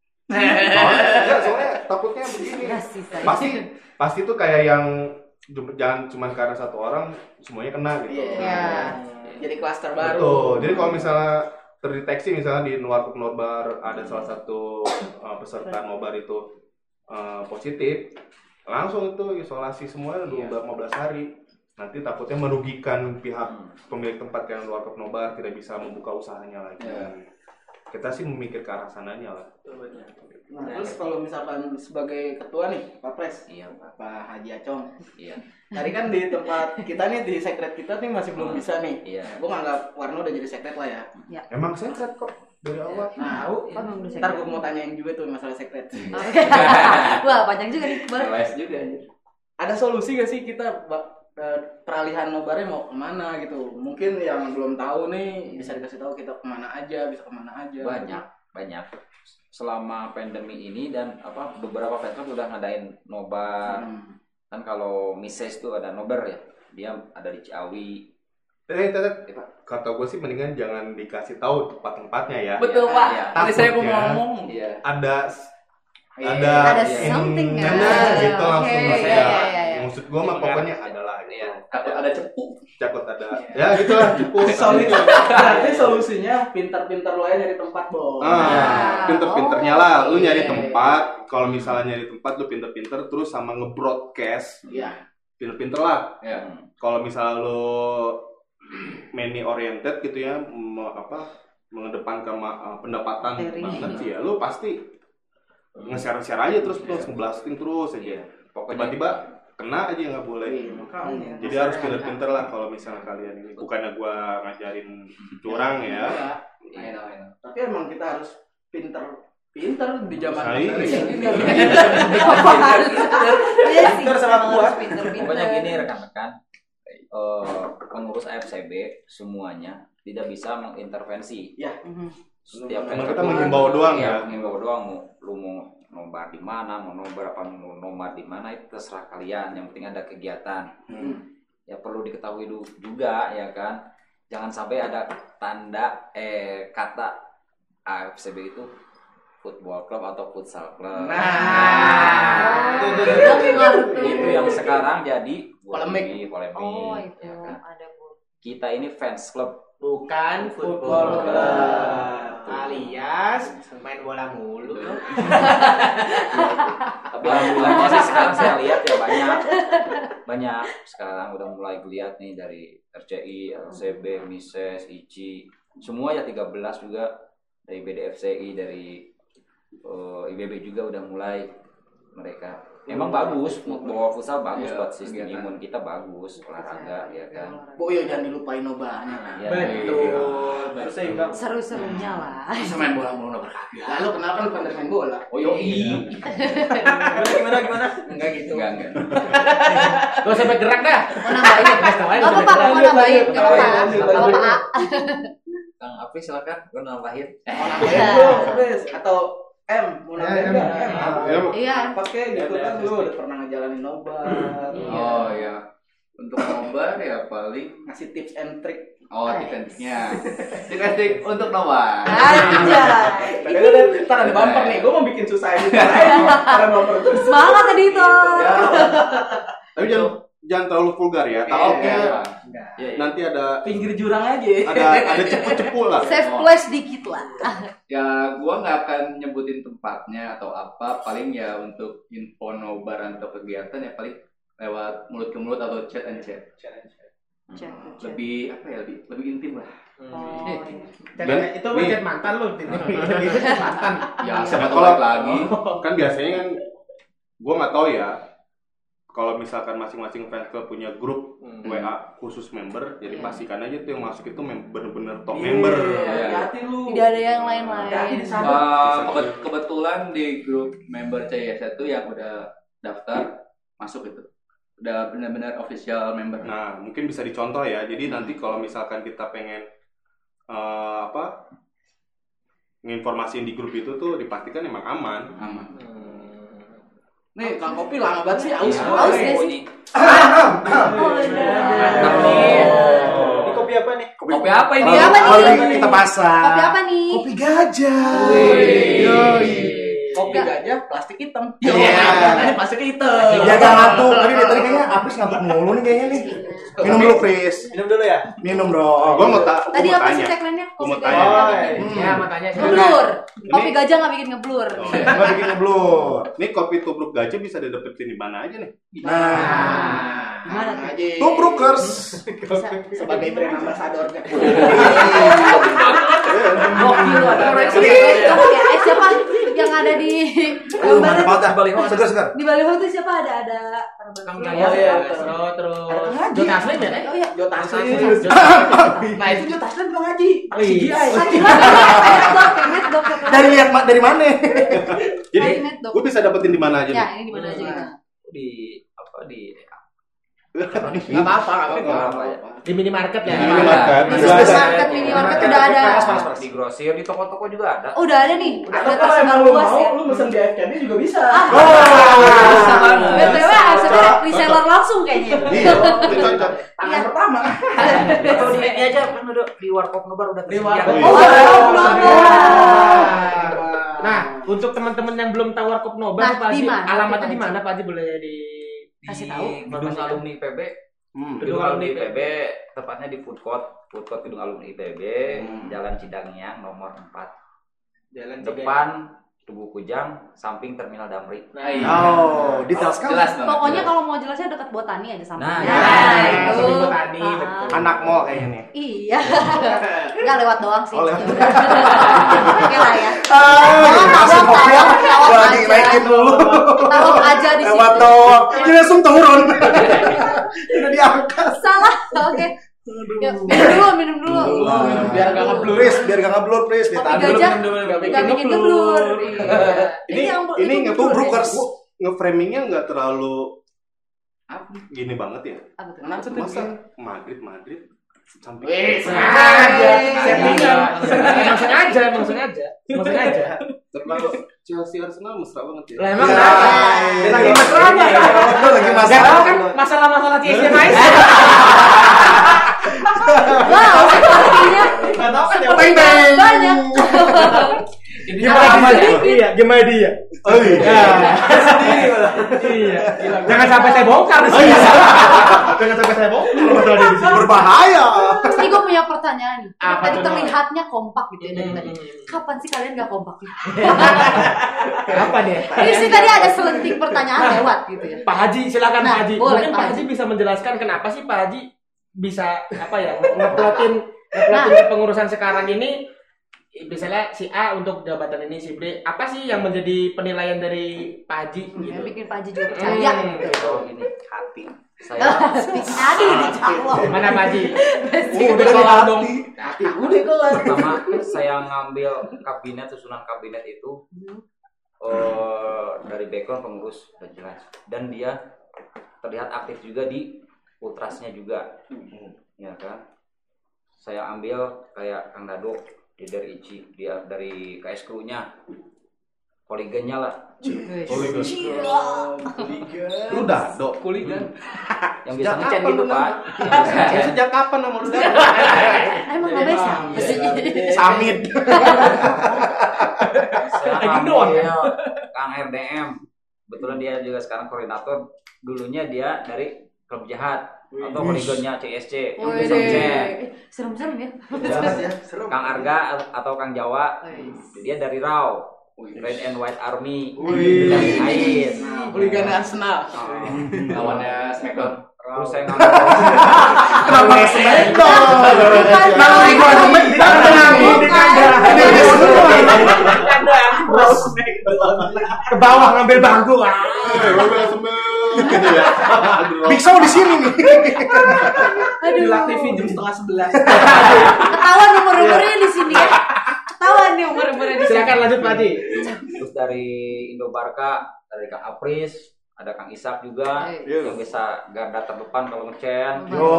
soalnya takutnya begini. Pasti tuh kayak yang jangan cuma karena satu orang semuanya kena gitu. Jadi klaster baru. Betul. Jadi kalau misalnya terdeteksi misalnya di warkop nobar ada salah satu peserta nobar itu positif, langsung itu isolasi semua 15 hari. Nanti takutnya merugikan pihak pemilik tempat yang warkop nobar, tidak bisa membuka usahanya lagi. Kita sih memikir ke arah sananya lah. Nah, terus kalau misalkan sebagai ketua nih, Pak Pres, Pak Haji Acong, tadi kan di tempat kita nih, di sekret kita nih masih belum bisa nih. Gue nganggap Warno udah jadi sekret lah ya. Emang sekret kok dari awal. Tahu. Ntar gue mau tanyain juga tuh masalah sekret. Wah, panjang juga nih. Boleh juga. Ada solusi gak sih kita peralihan nobarnya mau kemana gitu? Mungkin yang belum tahu nih bisa dikasih tahu kita kemana aja, bisa kemana aja. Banyak. Selama pandemi ini dan beberapa fans udah ngadain nobar. Kan kalau Mises tuh ada nobar ya, dia ada di Ciawi. Kata gue sih mendingan jangan dikasih tahu tempat-tempatnya ya. Betul Pak. Tadi saya mau ngomong. Ada something ya. Gitu langsung maksud gue mah pokoknya adalah ada cepu. Cakut ada. Ya gitulah cepu. Berarti solusinya pintar-pintar lo aja nyari tempat, Bos. Pinter-pinternya lah, lu nyari tempat. Kalau misalnya nyari tempat lu pinter-pinter terus sama nge-broadcast. Pinter-pinter lah. Kalau misalnya lu money oriented gitu ya, mengedepankan pendapatan banget sih ya, lu pasti nge-share aja terus nge-blasting terus aja. Tiba-tiba kena aja nggak boleh. Makanya. Jadi harus pinter-pinter lah kalau misalnya kalian ini. Bukannya gua ngajarin curang ya. Tapi emang kita harus pinter di zaman Saya. Pinter sama kuat. Pokoknya gini rekan-rekan, pengurus AFCB semuanya tidak bisa mengintervensi. Ya. Setiap Cuma kita menghimbau doang ya. Menghimbau doang. Lu mau nobar di mana, mau nobar apa, mau nobar di mana itu terserah kalian. Yang penting ada kegiatan. Ya perlu diketahui juga ya kan. Jangan sampai ada tanda kata AFCB itu football club atau futsal club. Itu yang sekarang jadi polemik. Oh, itu Ya kan? ada Bu. Kita ini fans club, Bukan football club. Alias main bola mulu. tapi alhamdulillahnya sih sekarang saya lihat ya banyak sekarang udah mulai lihat nih dari RCI, LCB, MISES, ICI, semua ya 13 juga dari BDFCI, dari IBB juga udah mulai mereka. Emang bagus, bawa futsal bagus buat sistem imun kita, bagus olahraga ya kan. Boyo jangan dilupain nobanya kan. Ya, Betul. Sehingga Seru-serunya lah. bisa main bola berkagak. Lalu kenapa lu pandai main bola? Oh iya. Gimana? Enggak gitu. Enggak. Gak usah bergerak dah. Mau nambahin? Gak apa-apa, mau nambahin. Gak apa-apa. Kang Apri silakan, gue nambahin. Mau nambahin belum? Atau mau nambahin enggak? Iya. Pakai gitu kan lu udah pernah ngejalanin nobar. Oh iya. Untuk nobar ya paling Ngasih tips and trick. oh tips-nya. Tips untuk nobar. Aja. Ntar ada bumper nih, gue mau bikin susah ini. Ada bumper. Semangat tadi itu. Tapi jangan terlalu vulgar ya. Takutnya nanti ada Pinggir jurang aja. ada cepu-cepu lah. Safe place dikit lah. Ya gua nggak akan nyebutin tempatnya atau apa, paling ya untuk info nobaran atau kegiatan ya paling lewat mulut ke mulut atau chat and chat. Lebih apa ya, lebih intim lah. Dan itu ngechat mantan lu. Mantan. Ya siapa tahu kalau lagi. Kan biasanya kan gua nggak tahu ya. Kalau misalkan masing-masing fans club punya grup WA khusus member, jadi pastikan aja tuh yang masuk itu bener-bener top member. Hati lu. Tidak ada yang lain-lain. Kebetulan di grup member CIS itu yang udah daftar masuk itu. Udah benar-benar official member. Nah, mungkin bisa dicontoh ya. Jadi nanti kalau misalkan kita pengen nginformasiin di grup itu tuh dipastikan emang aman. Nih, Kang Kopi lama banget sih aus. Aus ya sih? Ini kopi apa nih? Kopi apa ini? Kopi apa nih? Kita pasang. Kopi apa nih? Kopi gajah. Kopi gajah plastik hitam. Iya. Plastik hitam. Dia gak ngantuk. Tadi kayaknya Apris ngantuk mulu nih kayaknya nih. Minum dulu, Pris. Minum dulu ya. Minum dong. Gua mau Tadi apa sih tagline-nya? Gua mau Kopi tanya. gajah. Ya makanya Ngeblur. Kopi gajah nggak bikin ngeblur. Nggak bikin ngeblur. Ini kopi tubruk gajah bisa didapetin di mana aja nih? Nah, Gimana tuh? aja. Tubrukers. Sebagai brand ambassadornya. Gokil lu ada. Coba ya, siapa yang ada di gambar Mantap dah. Segar-segar. di baliho itu siapa ada Kang terbang. Jaya, terus Jod Taslim ya? Oh iya. Jod Taslim. Nah, itu Jod Taslim Bang Haji. Medok. Dari mana? Jadi Dari Medok. gue bisa dapetin di mana aja Ya, nih? ini di mana aja gitu. Enggak apa-apa. Di minimarket ya. Di minimarket. Market minimarket udah ada. Di grosir, di toko-toko juga ada. Udah ada nih. Atau Ada kalau tersebar emang lu luas ya. mau, lu mesen di FKB juga bisa. BTW sebenarnya reseller langsung kayaknya. Iya, itu cocok. Tangan pertama. Atau di ini aja kan udah di warkop nobar udah Di tersedia. warkop. Nah, untuk teman-teman yang belum tahu Warkop Nobar, Nah, Pak Haji, di mana? alamatnya di mana Pak Haji, boleh Kasih tahu. Gedung Alumni IPB. Gedung Alumni IPB, tepatnya di food court Gedung Alumni IPB, Jalan Cidangiang nomor 4. Jalan Depan Tugu Kujang, samping Terminal Damri. Oh, detail sekali. Pokoknya kalau mau jelasnya dekat Botani aja sampingnya. Itu itu. Botani, betul. Anak mall kayaknya nih. Iya. Enggak lewat doang sih. Oh, lewat. Oke lah ya. Wah, dinaikin dulu. Tawaf aja di situ. Lewat doang. Ini langsung turun. Udah diangkat. Salah. Oke. Ya, minum dulu. Biar gak ngeblur. Biar gak ngeblur, please. Kopi gajah nggak bikin ngeblur. Ini ngetubrukers ngeframingnya nggak terlalu gini banget ya. Masa Madrid sampai emang sengaja. terlalu Chelsea Arsenal mesra banget ya. Lah emang lagi mesranya kan. Lagi Masalah kan masalah Chelsea main. Wow, sepertinya Enggak tahu kan banyak. Gimana dia? Oh iya. Iya. Jangan sampai saya bongkar di sini. Jangan sampai saya bongkar masalah dia di sini. Berbahaya. Ini gue punya pertanyaan nih. Apa Tadi tuh, terlihatnya kompak gitu ya dari tadi. Kapan sih kalian gak kompak? Apa nih? Ini sih tadi ada selenting pertanyaan lewat gitu ya. Pak Haji, silakan Nah, Pak Haji. boleh, Mungkin Pak Pak Haji. Haji bisa menjelaskan kenapa sih Pak Haji bisa ngeplotin kepengurusan sekarang ini, misalnya si A untuk jabatan ini, si B, apa sih yang menjadi penilaian dari Pak Haji gitu? Bikin Pak Haji juga percaya. Ini hati saya. Aduh, dicalon. Mana Pak Haji? Udah kelar dong. Udah kelar. Pertama saya ngambil susunan kabinet itu dari background pengurus udah jelas, dan dia terlihat aktif juga di ultrasnya juga, ya kan. Saya ambil kayak Kang Dado, dia dari ICI, dia dari KS Kru-nya, Koligennya lah. Lu Dado. Yang bisa ngechat gitu Pak. Sejak kapan nomor lu? Emang gak bisa? Samit. Saya ngambil Kang RDM. Kebetulan dia juga sekarang koordinator. Dulunya dia dari Klub Jahat atau Koligennya CSC yang bisa ngechat. Serem-serem ya. Kang Arga atau Kang Jawa, dia dari RAW, Red and White Army, dari AIS, Hooligan Arsenal. Lawannya Smackdown. terus saya ngambil Kenapa Ke bawah ngambil bangku. Big Show di sini nih. Aduh. Di TV jam 10:30. Ketahuan umur-umurnya di sini ya. Ketahuan nih umur-umurnya di sini. Silakan lanjut Pak Haji. terus dari Indo Barka, dari Kang Apris, ada Kang Isak juga yang bisa garda terdepan kalau ngecen.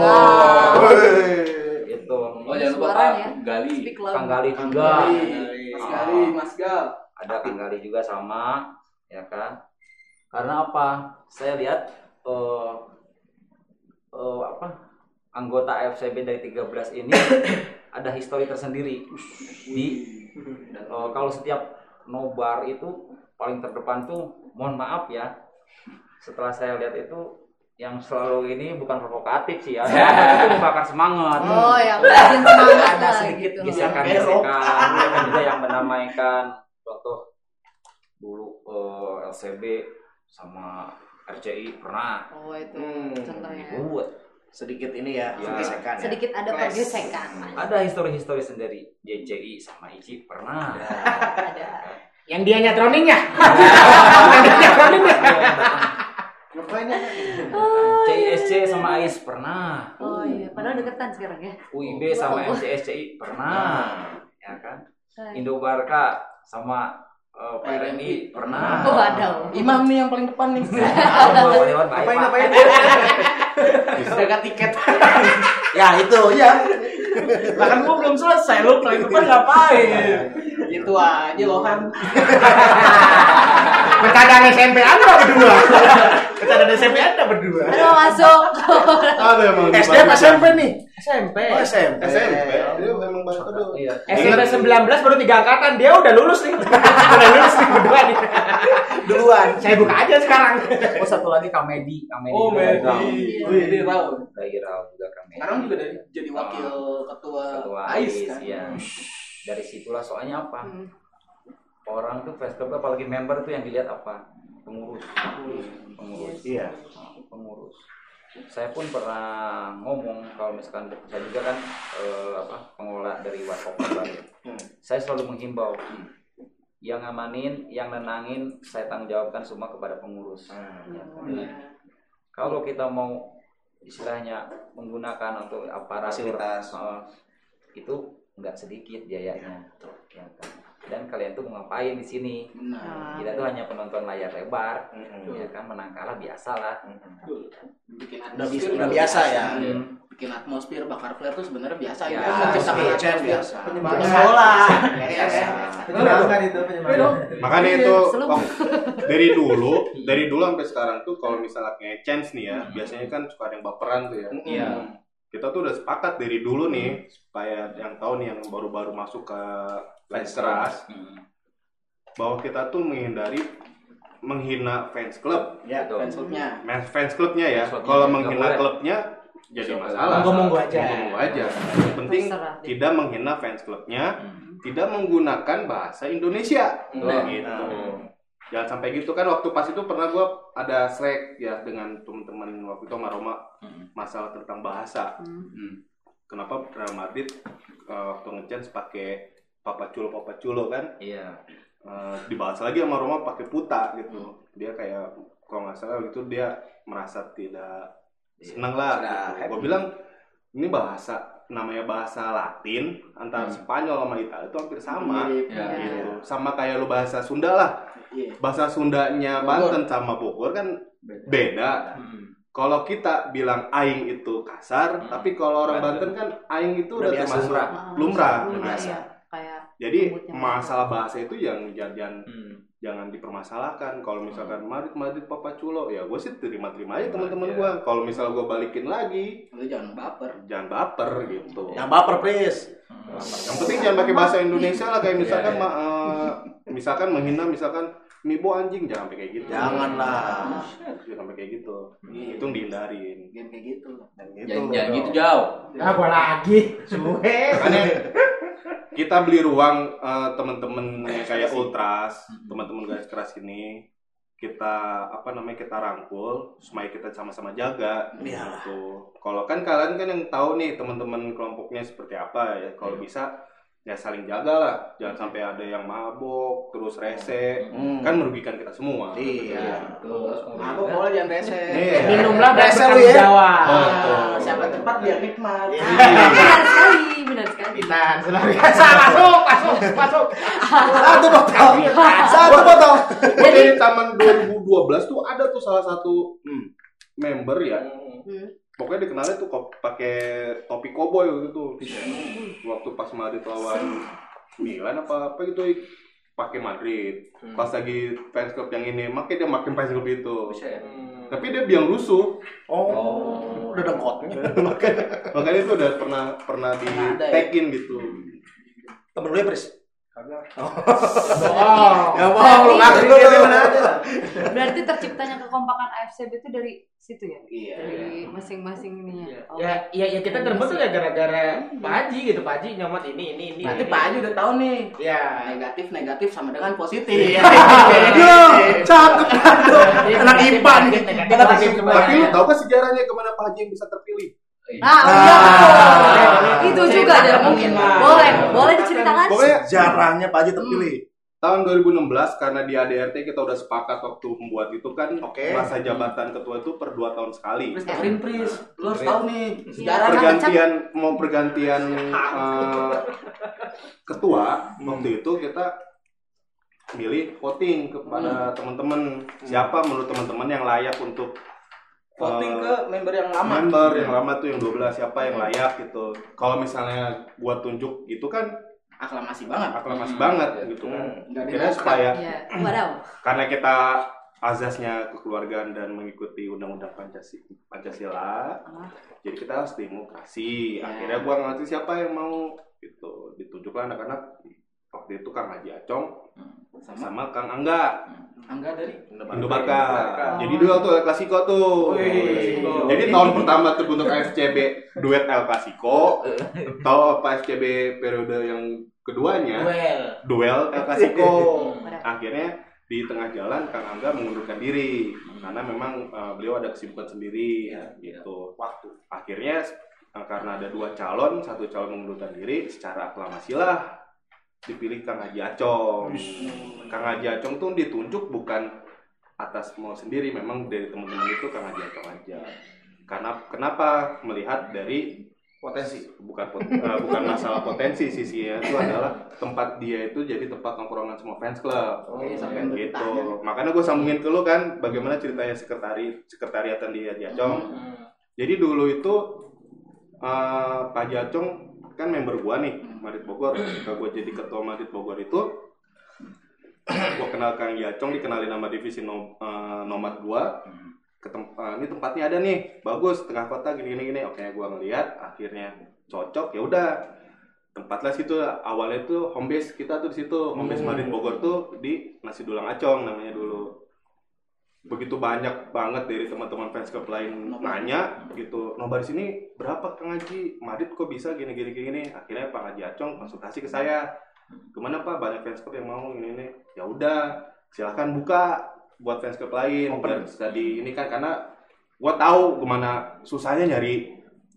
Itu. Oh jangan lupa Suara Pak ya. Gali. Kang Gali juga. Mas Gal. Ada Kang Gali juga sama, ya kan? Karena apa? Saya lihat anggota AFCB dari 13 ini ada histori tersendiri. Kalau setiap nobar itu paling terdepan tuh, mohon maaf ya, setelah saya lihat itu yang selalu ini bukan provokatif sih ya, itu membakar semangat. Oh, yang bikin semangat Ada lah sedikit gitu. gesekan-gesekan, mereka juga yang menamaikan, contoh dulu LCB sama RCI pernah. Oh, itu contohnya. Sedikit ini ya, gesekan ya. Sedikit ada pergesekan. Ada histori-histori sendiri. JCI sama ICI pernah. Ada. Yang dia nyatronin ya? Yang dia nyatronin ya? CISC sama AIS pernah. Oh iya, padahal deketan sekarang ya. UIB sama MCSCI pernah. Ya kan? Indo Barka sama PRMI pernah. Oh, ada. Imam nih yang paling depan nih. Ngapain? Jaga tiket. Ya itu ya. Lah kan gua belum selesai, lu paling depan ngapain? Gitu aja loh kan. Bercandaan SMP Anda berdua. Bercandaan SMP Anda berdua. Aduh, masuk. Ada emang. SD apa SMP nih? SMP. Oh, SMP. Dia emang banget tuh. Iya. SMP 19 baru 3 angkatan, dia udah lulus nih. Udah lulus nih berdua nih. Duluan. Saya buka aja sekarang. Oh, satu lagi Kamedi. Oh, Medi. Ini tahu. Dari Rao juga Kamedi. Sekarang juga jadi wakil ketua Ketua AIS AIS kan. ya. Dari situlah soalnya apa? orang tuh fans club apalagi member tuh yang dilihat apa? Pengurus. Iya. Pengurus. Saya pun pernah ngomong kalau misalkan saya juga kan pengelola dari Warkop Bali. Saya selalu menghimbau yang ngamanin, yang nenangin saya tanggung jawabkan semua kepada pengurus. Kalau kita mau istilahnya menggunakan untuk aparatur itu nggak sedikit biayanya, ya kan? Dan kalian tuh mau ngapain di sini? Kita tuh hanya penonton layar lebar, ya kan, menang kalah biasalah. Bikin atmosfer udah biasa ya. Bikin atmosfer bakar flare tuh sebenarnya biasa ya. Menciptakan biasa. Penyemangat bola. Makanya itu dari dulu sampai sekarang tuh kalau misalnya chance nih ya, biasanya kan suka ada yang baperan tuh ya. Iya. Kita tuh udah sepakat dari dulu nih supaya yang tahu nih yang baru-baru masuk ke fans keras bahwa kita tuh menghina fans club. Ya, fans clubnya. Fans clubnya ya. Kalau menghina klubnya jadi masalah. Monggo aja. Yang penting tidak menghina fans clubnya, tidak menggunakan bahasa Indonesia. Gitu. Jangan sampai gitu kan. Waktu pas itu pernah gue ada slack ya dengan teman-teman waktu itu sama Roma masalah tentang bahasa. Kenapa Real Madrid waktu nge-chance pakai papaculo kan? Iya. Dibahas lagi sama Roma pakai puta gitu. Dia kayak kalau nggak salah gitu dia merasa tidak senang lah. Gitu. Gue bilang ini namanya bahasa Latin antara Spanyol sama Italia itu hampir sama. Gitu. Sama kayak lu bahasa Sunda lah. Bahasa Sundanya Banten sama Bogor kan beda. Kalau kita bilang aing itu kasar, tapi kalau orang Banten kan aing itu udah termasuk lumrah. Jadi masalah bahasa itu jangan dipermasalahkan. Kalau misalkan Madrid papaculo, ya gue sih terima-terima aja teman-teman gue. Kalau misal gue balikin lagi, jangan baper gitu. Jangan baper please. Yang penting jangan pakai bahasa Indonesia lah, kayak misalkan menghina Mibo anjing, jangan sampai kayak gitu. Janganlah. Jangan sampai kayak gitu. Itu dihindarin. Jangan kayak gitu. Jangan gitu jauh. Gua lagi. Suwe. Makanya kita beli ruang teman-teman kayak Ultras, teman-teman garis keras ini kita kita rangkul supaya kita sama-sama jaga gitu. Kalau kan kalian kan yang tahu nih teman-teman kelompoknya seperti apa ya. Kalau bisa ya saling jaga lah, jangan sampai ada yang mabok terus rese, kan merugikan kita semua. Iya. Mabok boleh jangan rese. Minumlah rese lu ya. Siapa tempat biar nikmat. Benar sekali. Ditahan luar biasa. Masuk. Satu botol. Dari taman 2012 tuh ada tuh salah satu member ya. Pokoknya dikenalnya tuh pakai topi koboi gitu. Waktu pas Madrid lawan Milan apa gitu pakai Madrid. Pas lagi fans club yang ini, makanya dia makin fans club itu. Tapi dia biang rusuh. Udah dengkotnya. Makanya itu udah pernah di tagin gitu. Temen lu ya, Pris? Kagak. Ya bohong, lu ngaku dulu aja. Berarti terciptanya kekompakan AFCB itu dari situ ya? Iya. Dari masing-masing ininya. Ya kita terbentuk ya gara-gara Pak Haji gitu. Pak Haji nyomot ini. Nanti Pak Haji udah tahu nih. Ya. Negatif sama dengan positif. Iya. Cakep anak IPA nih. Tapi lu tahu kan sejarahnya kemana Pak Haji yang bisa terpilih? Itu juga ada mungkin. Boleh diceritakan? Pokoknya sejarahnya Pak Haji terpilih. Tahun 2016 karena di ADRT kita udah sepakat waktu membuat itu kan masa jabatan ketua itu per 2 tahun sekali. Pris, lu harus tahu nih sejarah pergantian ketua waktu itu kita milih voting kepada teman-teman siapa menurut teman-teman yang layak untuk voting ke member yang lama. Member yang lama tuh yang 12 siapa yang layak gitu. Kalau misalnya buat tunjuk itu kan aklamasi banget gitu kan. Kira supaya karena kita azasnya kekeluargaan dan mengikuti undang-undang Pancasila. Jadi kita harus demokrasi. Akhirnya gua ngerti siapa yang mau gitu. Ditunjuklah anak-anak waktu itu Kang Haji Acong sama Kang Angga dari Indobarka. Jadi dua tuh El Clasico tuh. Jadi tahun pertama terbentuk AFCB duet El Clasico. Tahu apa AFCB periode yang keduanya duel El Clasico. Akhirnya di tengah jalan Kang Angga mengundurkan diri karena memang beliau ada kesibukan sendiri gitu. Waktu akhirnya karena ada 2 calon, satu calon mengundurkan diri, secara aklamasi lah dipilih Kang Haji Acong. Kang Haji Acong tuh ditunjuk bukan atas mau sendiri, memang dari teman-teman itu Kang Haji Acong aja. Karena kenapa melihat dari potensi, bukan masalah potensi, sisinya itu adalah tempat dia itu jadi tempat nongkrongan semua fans club. Gitu. Makanya gue sambungin ke lu kan bagaimana ceritanya sekretariatan di Haji Acong. Jadi dulu itu Pak Haji Acong kan member gua nih, Madrid Bogor. Ketika gua jadi ketua Madrid Bogor itu gua kenal Kang Haji Acong, dikenalin nama divisi nomad gua. Ini tempatnya ada nih, bagus, tengah kota gini. Oke, gua ngeliat, akhirnya cocok, ya udah. Tempatlah situ, awalnya tuh home base kita tuh di situ, home base Madrid Bogor tuh di Nasi Dulang Acong namanya dulu. Begitu banyak banget dari teman-teman fans club lain nanya gitu, nobar di sini berapa Kang Haji? Madrid kok bisa gini. Akhirnya Pak Haji Acong konsultasi ke saya. Gimana Pak, banyak fans club yang mau ini. Ya udah, silakan buka buat fans club lain biar bisa di ini kan, karena gua tahu gimana susahnya nyari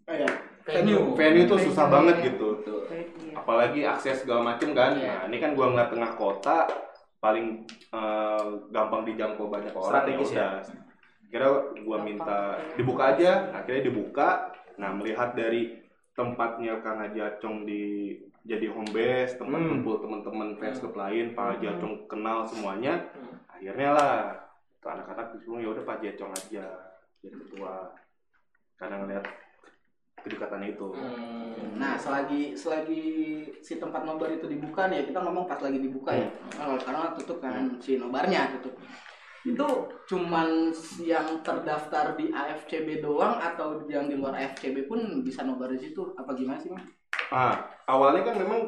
venue tuh susah banget gitu. Apalagi akses segala macem kan. Nah, ini kan gua ngeliat tengah kota paling gampang dijangkau banyak orang. Ya udah, kira gua minta dibuka aja, akhirnya dibuka. Nah, melihat dari tempatnya Kang Haji Acong di jadi home base, tempat kumpul teman-teman fans club lain, Pak Haji Acong kenal semuanya. Akhirnya lah anak-anak disuruh ya udah Pak Haji Acong aja jadi ketua, karena ngeliat kedekatannya itu. Nah, selagi si tempat nobar itu dibuka nih, kita ngomong pas lagi dibuka ya. Karena tutup kan si nobarnya tutup. Itu cuman yang terdaftar di AFCB doang atau yang di luar AFCB pun bisa nobar di situ? Apa gimana sih, Mas? Awalnya kan memang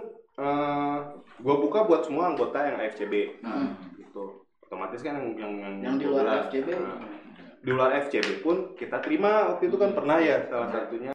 gua buka buat semua anggota yang AFCB. Gitu. Otomatis kan yang di luar AFCB. Di luar FCB pun kita terima waktu itu kan pernah ya, salah satunya